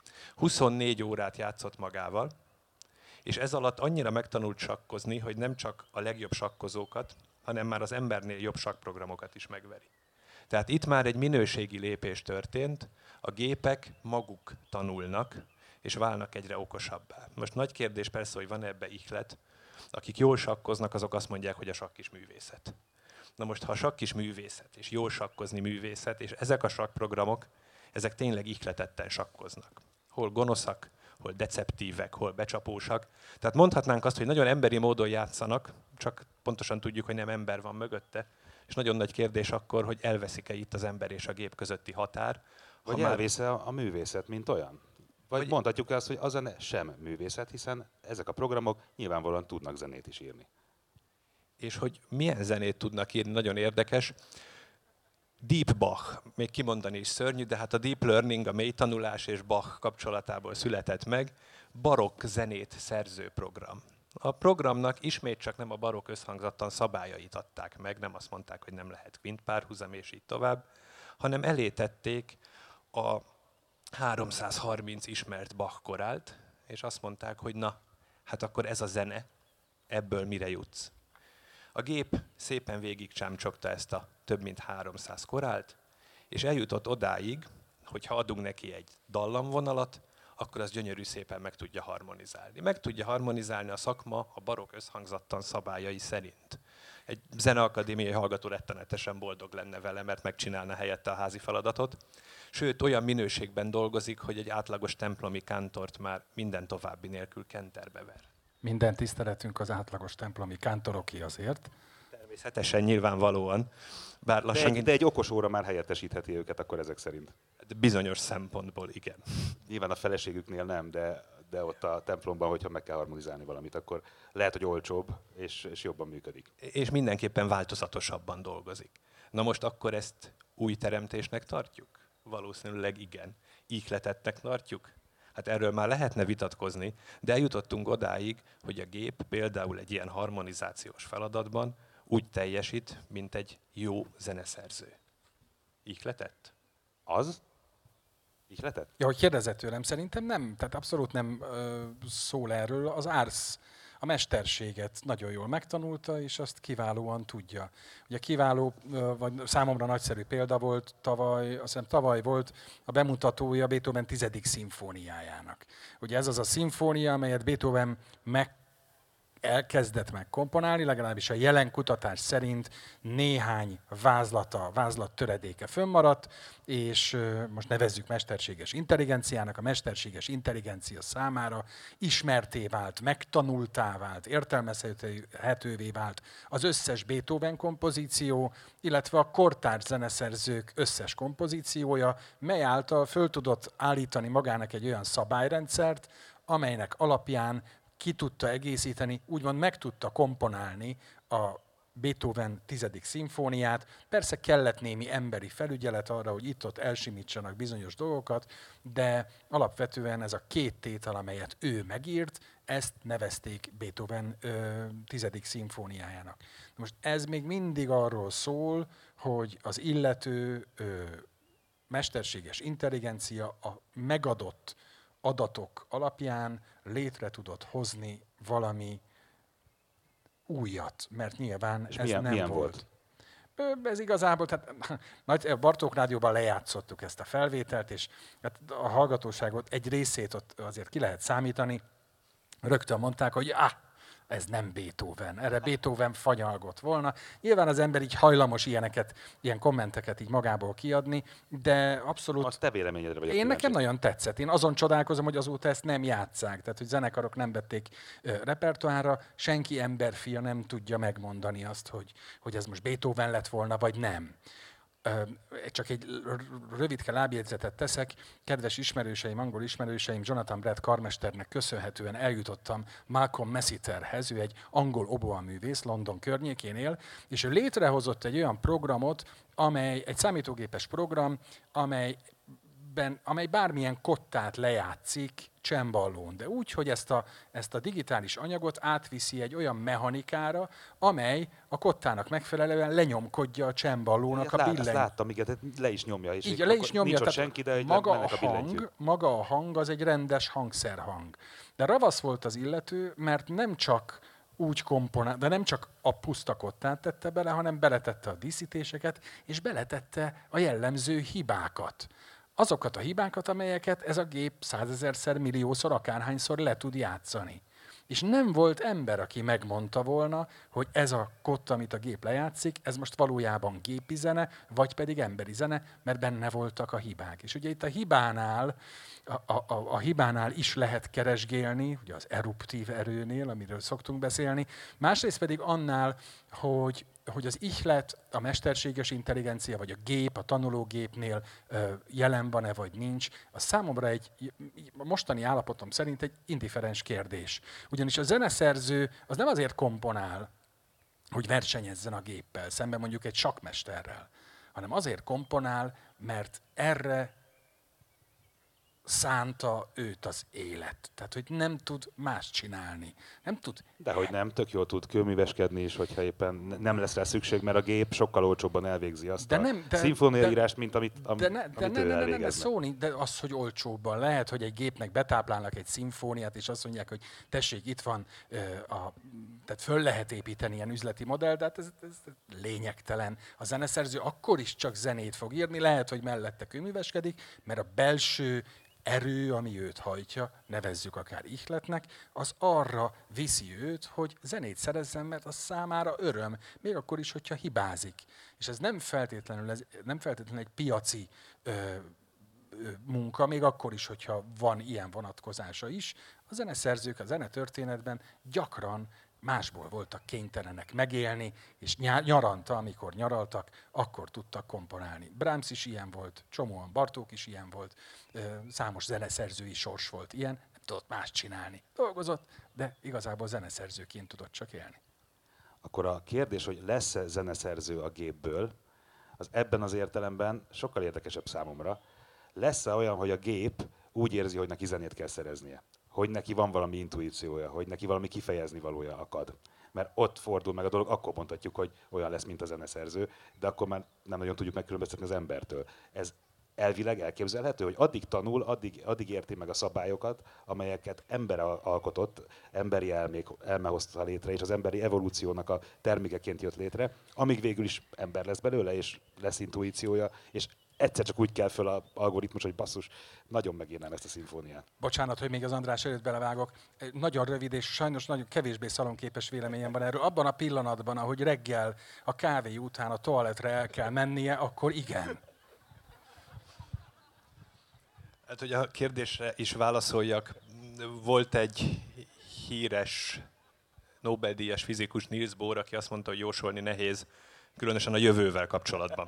24 órát játszott magával, és ez alatt annyira megtanult sakkozni, hogy nem csak a legjobb sakkozókat, hanem már az embernél jobb sakkprogramokat is megveri. Tehát itt már egy minőségi lépés történt, a gépek maguk tanulnak, és válnak egyre okosabbá. Most nagy kérdés persze, hogy van ebbe ihlet. Akik jól sakkoznak, azok azt mondják, hogy a sakk is művészet. Na most, ha a sakk is művészet, és jól sakkozni művészet, és ezek a sakkprogramok, ezek tényleg ihletetten sakkoznak. Hol gonoszak, hol deceptívek, hol becsapósak. Tehát mondhatnánk azt, hogy nagyon emberi módon játszanak, csak pontosan tudjuk, hogy nem ember van mögötte, és nagyon nagy kérdés akkor, hogy elveszik-e itt az ember és a gép közötti határ. Vagy elvész-e a művészet, mint olyan? Vagy mondhatjuk azt, hogy a zene sem művészet, hiszen ezek a programok nyilvánvalóan tudnak zenét is írni. És hogy milyen zenét tudnak írni, nagyon érdekes. Deep Bach, még kimondani is szörnyű, de hát a deep learning, a mély tanulás és Bach kapcsolatából született meg, barokk zenét szerző program. A programnak ismét csak nem a barokk összhangzattan szabályait adták meg, nem azt mondták, hogy nem lehet kvintpárhuzam és így tovább, hanem elétették a 330 ismert Bach korált, és azt mondták, hogy na, hát akkor ez a zene, ebből mire jutsz? A gép szépen végig csámcsogta ezt a több mint 300 korált, és eljutott odáig, hogy ha adunk neki egy dallamvonalat, akkor az gyönyörű szépen meg tudja harmonizálni. Meg tudja harmonizálni a szakma a barokk összhangzattan szabályai szerint. Egy zeneakadémiai hallgató rettenetesen boldog lenne vele, mert megcsinálna helyette a házi feladatot. Sőt, olyan minőségben dolgozik, hogy egy átlagos templomi kántort már minden további nélkül kenterbe ver. Minden tiszteletünk az átlagos templomikántoroké azért. Természetesen, nyilvánvalóan. Bár lassan... De egy okos óra már helyettesítheti őket akkor ezek szerint. Bizonyos szempontból igen. Nyilván a feleségüknél nem, de ott a templomban, hogyha meg kell harmonizálni valamit, akkor lehet, hogy olcsóbb és jobban működik. És mindenképpen változatosabban dolgozik. Na most akkor ezt új teremtésnek tartjuk? Valószínűleg igen. Ihletettnek tartjuk? Hát erről már lehetne vitatkozni, de eljutottunk odáig, hogy a gép például egy ilyen harmonizációs feladatban úgy teljesít, mint egy jó zeneszerző. Ihletett? Az? Ihletett? Ja, hogy kérdezett tőlem, szerintem nem, tehát abszolút nem szól erről. Az Ars a mesterséget nagyon jól megtanulta, és azt kiválóan tudja. Ugye kiváló, vagy számomra nagyszerű példa volt azt hiszem tavaly volt a bemutatója Beethoven 10. szimfóniájának. Ugye ez az a szimfónia, amelyet Beethoven elkezdett megkomponálni, legalábbis a jelen kutatás szerint néhány vázlat töredéke fönnmaradt, és most nevezzük mesterséges intelligenciának, a mesterséges intelligencia számára ismerté vált, megtanultá vált, értelmezhetővé vált az összes Beethoven kompozíció, illetve a kortárs zeneszerzők összes kompozíciója, mely által föl tudott állítani magának egy olyan szabályrendszert, amelynek alapján ki tudta egészíteni, úgymond meg tudta komponálni a Beethoven 10. szimfóniát. Persze kellett némi emberi felügyelet arra, hogy itt-ott elsimítsanak bizonyos dolgokat, de alapvetően ez a két tétel, amelyet ő megírt, ezt nevezték Beethoven 10. szimfóniájának. Most ez még mindig arról szól, hogy az illető mesterséges intelligencia a megadott adatok alapján létre tudott hozni valami újat, mert nyilván és ez milyen volt? Ez igazából, tehát Bartók Rádióban lejátszottuk ezt a felvételt, és hát a hallgatóságot egy részét ott azért ki lehet számítani. Rögtön mondták, hogy ez nem Beethoven. Erre Beethoven fanyalgott volna. Nyilván az ember így hajlamos ilyen kommenteket így magából kiadni, de abszolút... Az te véleményedre vagyok Én kíváncsi. nekem nagyon tetszett. Én azon csodálkozom, hogy azóta ezt nem játsszák. Tehát, hogy zenekarok nem vették repertoárra, senki emberfia nem tudja megmondani azt, hogy ez most Beethoven lett volna, vagy nem. Csak egy rövidke lábjegyzetet teszek. Kedves ismerőseim, angol ismerőseim, Jonathan Brett karmesternek köszönhetően eljutottam Malcolm Messiterhez, ő egy angol oboaművész, London környékén él, és ő létrehozott egy olyan programot, egy számítógépes program, amely bármilyen kottát lejátszik cemballón, de úgy, hogy ezt a digitális anyagot átviszi egy olyan mechanikára, amely a kottának megfelelően lenyomkodja a cemballónak a billentyűt. Ezt láttam, igen, le is nyomja. És így, le is nyomja, nincs ott senki, de maga a hang az egy rendes hangszerhang. De ravasz volt az illető, mert nem csak úgy komponál, de nem csak a puszta kottát tette bele, hanem beletette a díszítéseket, és beletette a jellemző hibákat. azokat a hibákat, amelyeket ez a gép 100 000-szer, milliószor, akárhányszor le tud játszani. És nem volt ember, aki megmondta volna, hogy ez a kott, amit a gép lejátszik, ez most valójában gépi zene, vagy pedig emberi zene, mert benne voltak a hibák. És ugye itt a hibánál is lehet keresgélni, ugye az eruptív erőnél, amiről szoktunk beszélni, másrészt pedig annál, hogy az ihlet, a mesterséges intelligencia, vagy a gép, a tanulógépnél jelen van-e, vagy nincs, az számomra a mostani állapotom szerint egy indifferens kérdés. Ugyanis a zeneszerző az nem azért komponál, hogy versenyezzen a géppel, szemben mondjuk egy sakkmesterrel, hanem azért komponál, mert erre szánta őt az élet. Tehát, hogy nem tud más csinálni. Nem tud... Dehogy nem, tök jól tud kőműveskedni is, hogyha éppen nem lesz rá szükség, mert a gép sokkal olcsóbban elvégzi azt a szimfóniaírást, mint amit ő elvégezne. De az, hogy olcsóbban lehet, hogy egy gépnek betáplálnak egy szimfóniát, és azt mondják, hogy tessék, itt van, tehát föl lehet építeni ilyen üzleti modellt, de hát ez lényegtelen. A zeneszerző akkor is csak zenét fog írni, lehet, hogy mellette kőműveskedik, mert a belső erő, ami őt hajtja, nevezzük akár ihletnek, az arra viszi őt, hogy zenét szerezzen, mert az számára öröm, még akkor is, hogyha hibázik. És ez nem feltétlenül egy piaci munka, még akkor is, hogyha van ilyen vonatkozása is. A zeneszerzők a zenetörténetben gyakran másból voltak kénytelenek megélni, és nyaranta, amikor nyaraltak, akkor tudtak komponálni. Brahms is ilyen volt, csomóan Bartók is ilyen volt, számos zeneszerzői sors volt ilyen, nem tudott más csinálni. Dolgozott, de igazából zeneszerzőként tudott csak élni. Akkor a kérdés, hogy lesz-e zeneszerző a gépből, az ebben az értelemben sokkal érdekesebb számomra. Lesz-e olyan, hogy a gép úgy érzi, hogy neki zenét kell szereznie? Hogy neki van valami intuíciója, hogy neki valami kifejezni valója akad. Mert ott fordul meg a dolog, akkor mondhatjuk, hogy olyan lesz, mint a zeneszerző, de akkor már nem nagyon tudjuk megkülönböztetni az embertől. Ez elvileg elképzelhető, hogy addig tanul, addig érti meg a szabályokat, amelyeket ember alkotott, emberi elme hozta létre, és az emberi evolúciónak a termékeként jött létre, amíg végül is ember lesz belőle, és lesz intuíciója, és egyszer csak úgy kell föl az algoritmus, hogy basszus, nagyon megírnám ezt a szimfóniát. Bocsánat, hogy még az András előtt belevágok. Nagyon rövid és sajnos nagyon kevésbé szalonképes véleményem van erről. Abban a pillanatban, ahogy reggel a kávé után a toaletre el kell mennie, akkor igen. Hát, hogy a kérdésre is válaszoljak, volt egy híres Nobel-díjas fizikus, Niels Bohr, aki azt mondta, hogy jósolni nehéz, különösen a jövővel kapcsolatban.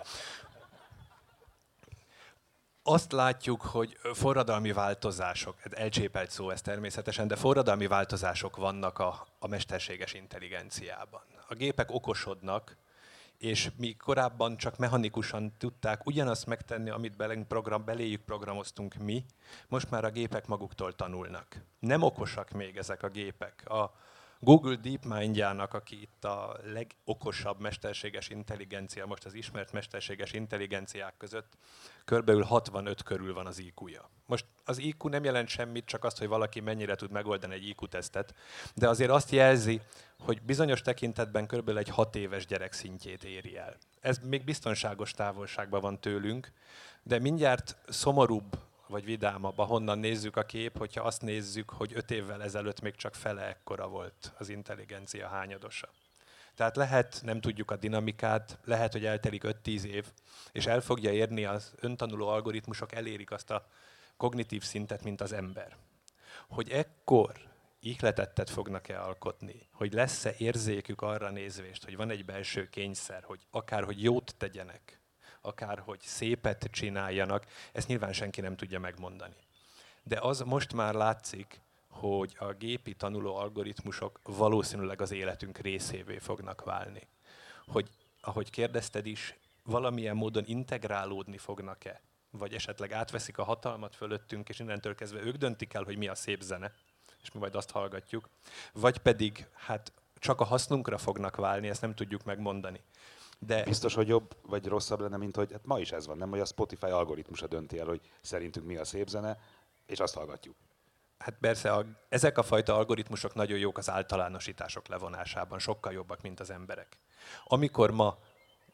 Azt látjuk, hogy forradalmi változások, elcsépelt szó ez természetesen, de forradalmi változások vannak a mesterséges intelligenciában. A gépek okosodnak, és mi korábban csak mechanikusan tudták ugyanazt megtenni, amit beléjük programoztunk mi, most már a gépek maguktól tanulnak. Nem okosak még ezek a gépek. A Google DeepMind-jának, aki itt a legokosabb mesterséges intelligencia, most az ismert mesterséges intelligenciák között, körülbelül 65 körül van az IQ-ja. Most az IQ nem jelent semmit, csak azt, hogy valaki mennyire tud megoldani egy IQ-tesztet, de azért azt jelzi, hogy bizonyos tekintetben körülbelül egy 6 éves gyerek szintjét éri el. Ez még biztonságos távolságban van tőlünk, de mindjárt szomorúbb vagy vidámabb, ahonnan nézzük a kép, hogyha azt nézzük, hogy 5 évvel ezelőtt még csak fele ekkora volt az intelligencia hányadosa. Tehát lehet, nem tudjuk a dinamikát, lehet, hogy eltelik 5-10 év, és el fogja érni az öntanuló algoritmusok, elérik azt a kognitív szintet, mint az ember. Hogy ekkor ihletettet fognak-e alkotni, hogy lesz-e érzékük arra nézvést, hogy van egy belső kényszer, hogy akárhogy jót tegyenek, akárhogy szépet csináljanak, ezt nyilván senki nem tudja megmondani. De az most már látszik, hogy a gépi tanuló algoritmusok valószínűleg az életünk részévé fognak válni. Hogy, ahogy kérdezted is, valamilyen módon integrálódni fognak-e, vagy esetleg átveszik a hatalmat fölöttünk, és innentől kezdve ők döntik el, hogy mi a szép zene, és mi majd azt hallgatjuk, vagy pedig hát csak a hasznunkra fognak válni, ezt nem tudjuk megmondani. De biztos, hogy jobb vagy rosszabb lenne, mint hogy hát ma is ez van, nem? Hogy a Spotify algoritmusa dönti el, hogy szerintünk mi a szép zene, és azt hallgatjuk. Hát persze, ezek a fajta algoritmusok nagyon jók az általánosítások levonásában, sokkal jobbak, mint az emberek. Amikor ma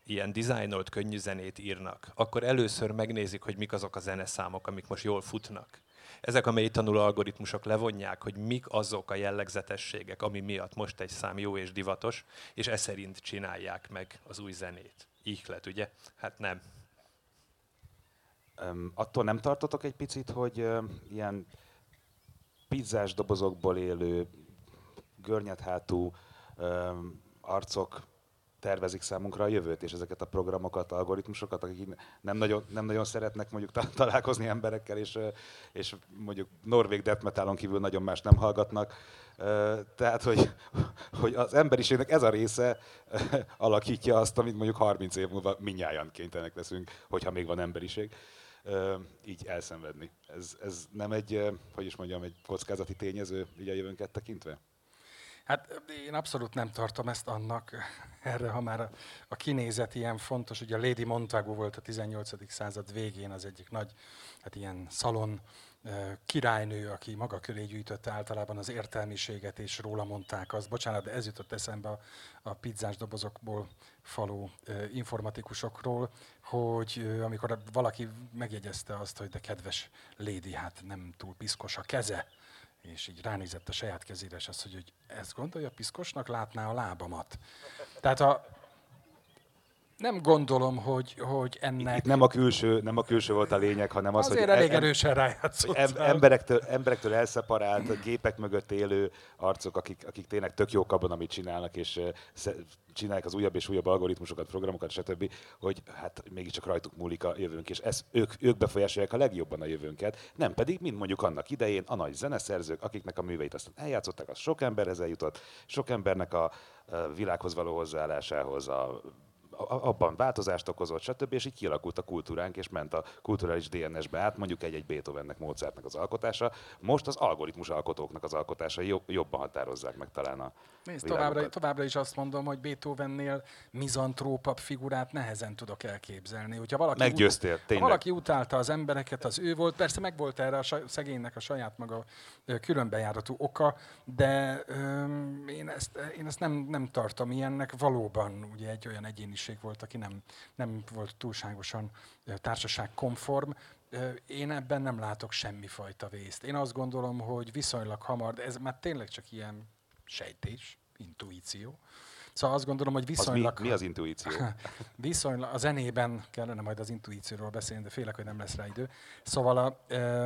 ilyen dizájnolt könnyű zenét írnak, akkor először megnézik, hogy mik azok a zeneszámok, amik most jól futnak. Ezek a mélytanuló algoritmusok levonják, hogy mik azok a jellegzetességek, ami miatt most egy szám jó és divatos, és e szerint csinálják meg az új zenét. Ihlet, ugye? Hát nem. Attól nem tartotok egy picit, hogy ilyen pizzás dobozokból élő, görnyedhátú arcok tervezik számunkra a jövőt, és ezeket a programokat, algoritmusokat, akik nem nagyon szeretnek mondjuk találkozni emberekkel, és mondjuk norvég death metalon kívül nagyon más nem hallgatnak. Tehát, hogy az emberiségnek ez a része alakítja azt, amit mondjuk 30 év múlva mindnyájan kénytelenek leszünk, hogyha még van emberiség, így elszenvedni. Ez nem egy, hogy is mondjam, egy kockázati tényező így a jövőnket tekintve? Hát én abszolút nem tartom ezt annak, erre, ha már a kinézet ilyen fontos. Ugye Lady Montagu volt a 18. század végén az egyik nagy, hát ilyen szalon királynő, aki maga köré gyűjtötte általában az értelmiséget, és róla mondták azt. Bocsánat, de ez jutott eszembe a pizzás dobozokból faló informatikusokról, hogy amikor valaki megjegyezte azt, hogy de kedves Lady, hát nem túl piszkos a keze, és így ránézett a saját kezére, és azt, hogy ezt gondolja, piszkosnak látná a lábamat. Tehát nem gondolom, hogy ennek... Itt nem a külső volt a lényeg, hanem az, azért hogy elég erősen rájátszott. emberektől elszeparált, gépek mögött élő arcok, akik tényleg tök jók abban, amit csinálnak, és csinálják az újabb és újabb algoritmusokat, programokat, stb., hogy hát mégiscsak rajtuk múlik a jövőnk, és ők befolyásolják a legjobban a jövőnket, nem pedig, mint mondjuk annak idején a nagy zeneszerzők, akiknek a műveit aztán eljátszották, az sok emberhez eljutott, sok embernek a világhoz való hozzáállásához, abban változást okozott, stb. És így kialakult a kultúránk, és ment a kulturális DNS-be át, mondjuk egy Beethovennek, Mozartnak az alkotása. Most az algoritmus alkotóknak az alkotása jobban határozzák meg talán a továbbra is azt mondom, hogy Beethovennél mizantrópabb figurát nehezen tudok elképzelni. Hogyha Meggyőztél, tényleg. Ha valaki utálta az embereket, az ő volt. Persze megvolt erre a szegénynek a saját maga különbejáratú oka, de én ezt nem tartom ilyennek. Valóban ugye egy olyan egyéniség volt, aki nem volt túlságosan társaságkonform. Én ebben nem látok semmifajta vészt. Én azt gondolom, hogy viszonylag hamar, de ez már tényleg csak ilyen sejtés, intuíció. Szóval azt gondolom, hogy viszonylag... Mi az intuíció? Viszonylag, a zenében kellene majd az intuícióról beszélni, de félek, hogy nem lesz rá idő. Szóval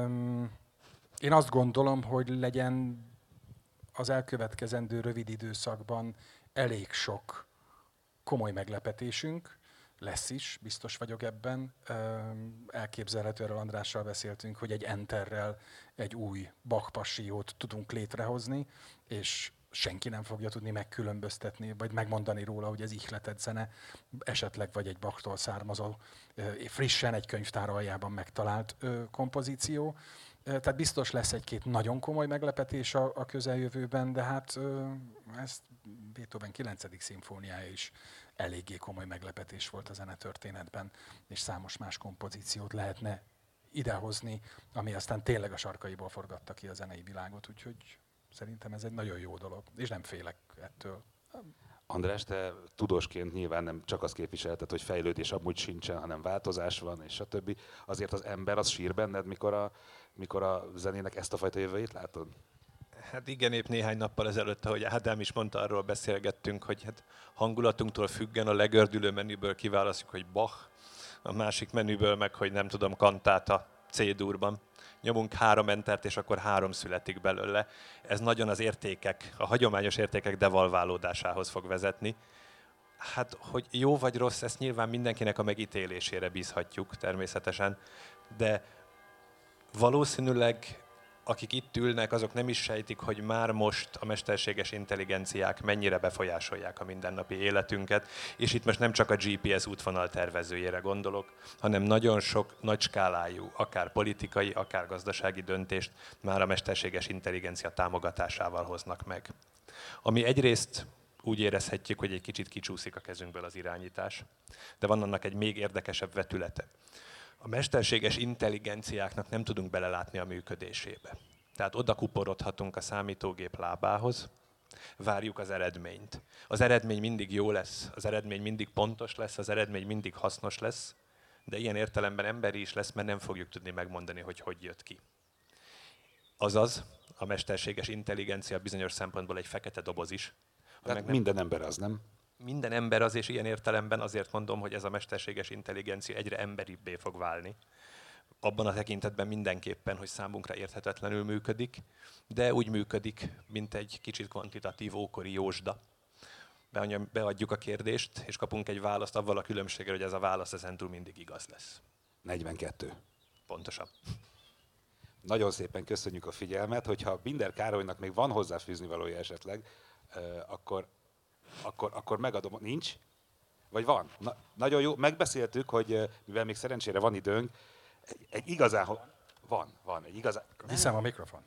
én azt gondolom, hogy legyen az elkövetkezendő rövid időszakban elég sok komoly meglepetésünk, lesz is, biztos vagyok ebben. Elképzelhető, erről Andrással beszéltünk, hogy egy Enterrel egy új Bach passiót tudunk létrehozni, és senki nem fogja tudni megkülönböztetni, vagy megmondani róla, hogy ez ihletett zene, esetleg vagy egy Bachtól származó, frissen egy könyvtár aljában megtalált kompozíció. Tehát biztos lesz egy-két nagyon komoly meglepetés a közeljövőben, de hát ezt Beethoven 9. szimfóniája is eléggé komoly meglepetés volt a zenetörténetben, és számos más kompozíciót lehetne idehozni, ami aztán tényleg a sarkaiból forgatta ki a zenei világot, úgyhogy szerintem ez egy nagyon jó dolog, és nem félek ettől. András, te tudósként nyilván nem csak azt képviselted, hogy fejlődés amúgy sincsen, hanem változás van, és stb. Azért az ember az sír benned, mikor a zenének ezt a fajta jövőjét látod? Hát igen, épp néhány nappal ezelőtt, ahogy Ádám is mondta, arról beszélgettünk, hogy hát hangulatunktól függen a legördülő menüből kiválasztjuk, hogy Bach, a másik menüből meg, hogy nem tudom, kantáta C-durban. Nyomunk 3 entert, és akkor 3 születik belőle. Ez nagyon az értékek, a hagyományos értékek devalválódásához fog vezetni. Hát, hogy jó vagy rossz, ezt nyilván mindenkinek a megítélésére bízhatjuk természetesen, de valószínűleg akik itt ülnek, azok nem is sejtik, hogy már most a mesterséges intelligenciák mennyire befolyásolják a mindennapi életünket, és itt most nem csak a GPS útvonal tervezőjére gondolok, hanem nagyon sok nagy skálájú, akár politikai, akár gazdasági döntést már a mesterséges intelligencia támogatásával hoznak meg. Ami egyrészt úgy érezhetjük, hogy egy kicsit kicsúszik a kezünkből az irányítás, de van annak egy még érdekesebb vetülete. A mesterséges intelligenciáknak nem tudunk belelátni a működésébe. Tehát oda kuporodhatunk a számítógép lábához, Várjuk az eredményt. Az eredmény mindig jó lesz, az eredmény mindig pontos lesz, az eredmény mindig hasznos lesz, de ilyen értelemben emberi is lesz, mert nem fogjuk tudni megmondani, hogy hogy jött ki. Azaz, a mesterséges intelligencia bizonyos szempontból egy fekete doboz is. Tehát minden ember az, nem? Minden ember az, és ilyen értelemben azért mondom, hogy ez a mesterséges intelligencia egyre emberibbé fog válni. Abban a tekintetben mindenképpen, hogy számunkra érthetetlenül működik, de úgy működik, mint egy kicsit kvantitatív ókori jósda. Beadjuk a kérdést, és kapunk egy választ avval a különbséggel, hogy ez a válasz ezentúl mindig igaz lesz. 42. Pontosabb. Nagyon szépen köszönjük a figyelmet, hogyha Binder Károlynak még van hozzáfűzni valója esetleg, akkor megadom. Nincs? Vagy van? Nagyon jó, megbeszéltük, hogy mivel még szerencsére van időnk, egy igazán... Van, egy igazán... Viszem a mikrofont.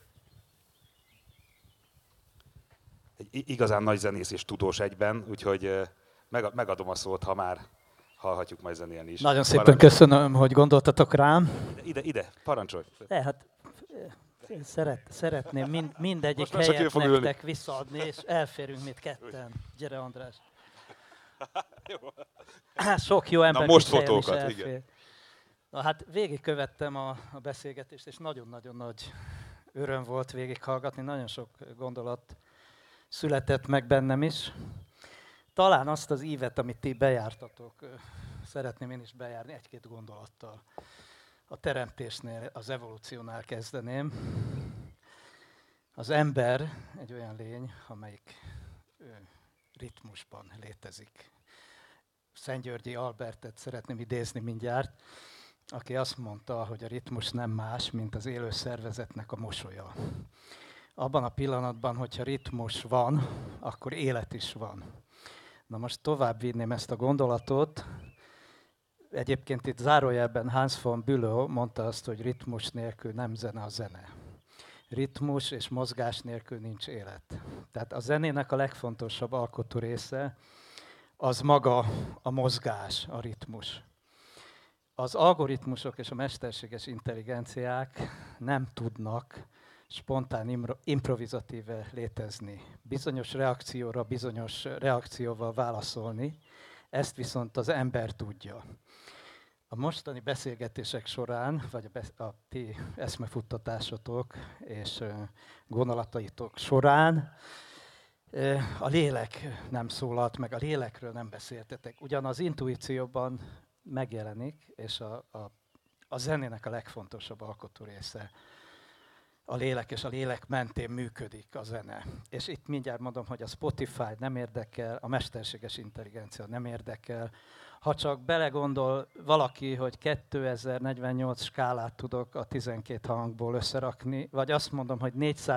Egy igazán nagy zenész és tudós egyben, úgyhogy megadom a szót, ha már hallhatjuk majd zenélni is. Nagyon szépen köszönöm, hogy gondoltatok rám. Ide, parancsolj! Hát én szeretném mindegyik Most csak ő helyet fog nektek visszaadni, és elférünk mit ketten. Gyere, András. Sok jó ember most helyen is fotókat, elfér. igen. Na hát végigkövettem a beszélgetést, és nagyon-nagyon nagy öröm volt végighallgatni. Nagyon sok gondolat született meg bennem is. Talán azt az ívet, amit ti bejártatok, szeretném én is bejárni egy-két gondolattal. A teremtésnél, az evolúciónál kezdeném. Az ember egy olyan lény, amelyik ritmusban létezik. Szentgyörgyi Albertet szeretném idézni mindjárt, aki azt mondta, hogy a ritmus nem más, mint az élő szervezetnek a mosolya. Abban a pillanatban, hogyha ritmus van, akkor élet is van. Na most tovább vinném ezt a gondolatot. Egyébként itt zárójelben Hans von Bülow mondta azt, hogy ritmus nélkül nem zene a zene. Ritmus és mozgás nélkül nincs élet. Tehát a zenének a legfontosabb alkotó része az maga a mozgás, a ritmus. Az algoritmusok és a mesterséges intelligenciák nem tudnak spontán, improvizatíve létezni. Bizonyos reakcióra, bizonyos reakcióval válaszolni, ezt viszont az ember tudja. A mostani beszélgetések során, vagy a ti eszmefuttatásotok és gondolataitok során a lélek nem szólalt meg, a lélekről nem beszéltetek. Ugyan az intuícióban megjelenik, és a zenének a legfontosabb alkotó része a lélek, és a lélek mentén működik a zene. És itt mindjárt mondom, hogy a Spotify nem érdekel, a mesterséges intelligencia nem érdekel. Ha csak belegondol valaki, hogy 2048 skálát tudok a 12 hangból összerakni, vagy azt mondom, hogy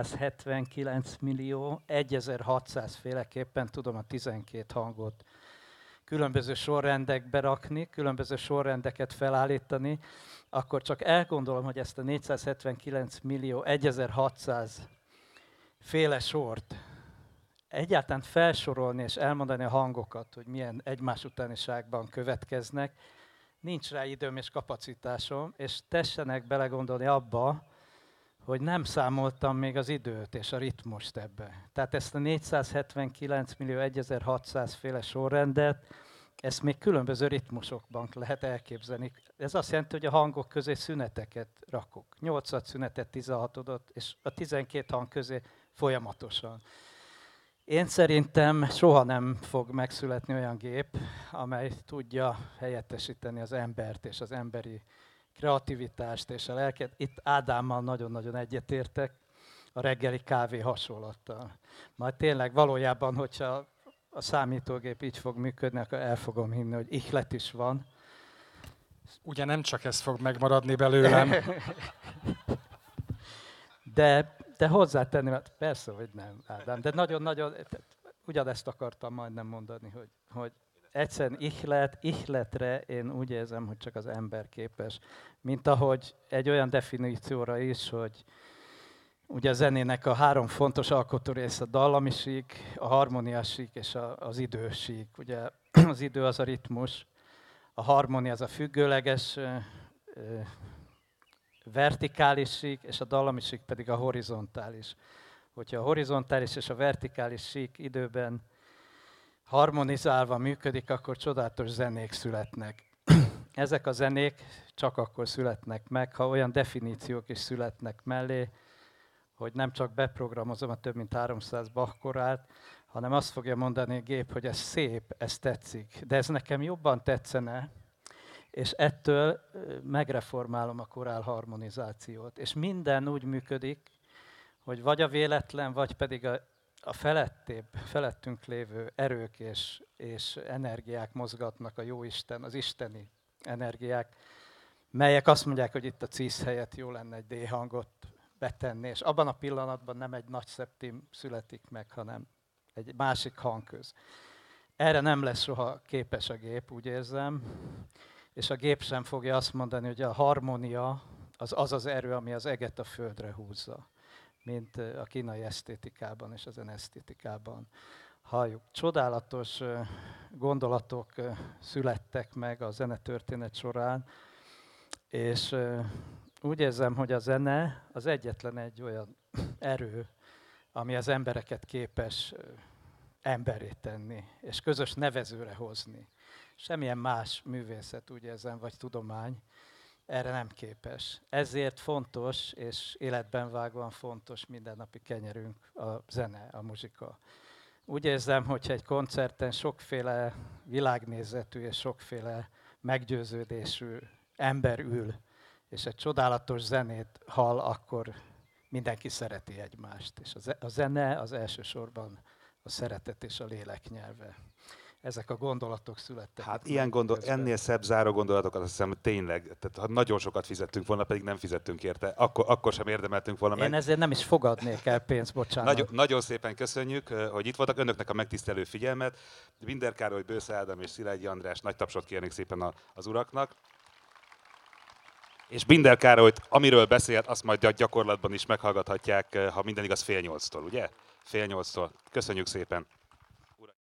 479 millió 1600 féleképpen tudom a 12 hangot különböző sorrendekbe rakni, különböző sorrendeket felállítani, akkor csak elgondolom, hogy ezt a 479 millió 1600 féle sort egyáltalán felsorolni és elmondani a hangokat, hogy milyen egymás utániságban következnek, nincs rá időm és kapacitásom, és tessenek belegondolni abba, hogy nem számoltam még az időt és a ritmust ebbe. Tehát ezt a 479 millió 1600 féle sorrendet, ezt még különböző ritmusokban lehet elképzelni. Ez azt jelenti, hogy a hangok közé szüneteket rakok. 8 szünetet, 16-ot, és a 12 hang közé folyamatosan. Én szerintem soha nem fog megszületni olyan gép, amely tudja helyettesíteni az embert és az emberi kreativitást és a lelket. Itt Ádámmal nagyon-nagyon egyetértek a reggeli kávé hasonlattal. Majd tényleg valójában, hogyha a számítógép így fog működni, akkor el fogom hinni, hogy ihlet is van. Ugye nem csak ez fog megmaradni belőlem. De hozzátenni, mert persze, hogy nem, Ádám, de nagyon-nagyon, ugyanezt akartam majdnem mondani, hogy egyszerűen ihletre én úgy érzem, hogy csak az ember képes. Mint ahogy egy olyan definícióra is, hogy ugye a zenének a 3 fontos alkotó része a dallamisík, a harmóniasík és az idősík. Ugye az idő az a ritmus, a harmónia az a függőleges, vertikális sík, és a dallamisík pedig a horizontális. hogyha a horizontális és a vertikális sík időben harmonizálva működik, akkor csodálatos zenék születnek. Ezek a zenék csak akkor születnek meg, ha olyan definíciók is születnek mellé, hogy nem csak beprogramozom a több mint 300 Bach korált, hanem azt fogja mondani a gép, hogy ez szép, ez tetszik, de ez nekem jobban tetszene, és ettől megreformálom a korál harmonizációt. És minden úgy működik, hogy vagy a véletlen, vagy pedig a felettünk lévő erők és energiák mozgatnak, a jóisten, az isteni energiák, melyek azt mondják, hogy itt a cis helyett jó lenne egy D hangot betenni, és abban a pillanatban nem egy nagy szeptim születik meg, hanem egy másik hangköz. Erre nem lesz soha képes a gép, úgy érzem, és a gép sem fogja azt mondani, hogy a harmónia az az erő, ami az eget a földre húzza, mint a kínai esztétikában és az esztétikában halljuk. Csodálatos gondolatok születtek meg a zenetörténet során, és úgy érzem, hogy a zene az egyetlen egy olyan erő, ami az embereket képes emberré tenni, és közös nevezőre hozni. Semmilyen más művészet, úgy érzem, vagy tudomány erre nem képes. Ezért fontos, és életben vágóan fontos mindennapi kenyerünk a zene, a muzsika. Úgy érzem, hogyha egy koncerten sokféle világnézetű és sokféle meggyőződésű ember ül, és egy csodálatos zenét hall, akkor mindenki szereti egymást. És a zene az elsősorban a szeretet és a lélek nyelve. Ezek a gondolatok születtek. Hát ennél szebb záró gondolatokat azt hiszem, hogy tényleg, tehát ha nagyon sokat fizettünk volna, pedig nem fizettünk érte, akkor sem érdemeltünk volna meg. Én ezért nem is fogadnék el pénzt, bocsánat. Nagyon szépen köszönjük, hogy itt voltak, önöknek a megtisztelő figyelmet. Binder Károly, Bősze Ádám és Szilágyi András, nagy tapsot kérnék szépen az uraknak. És Binder Károlyt, amiről beszélt, azt majd gyakorlatban is meghallgathatják, ha minden igaz, 7:30-tól, ugye? 7:30-tól. Köszönjük szépen!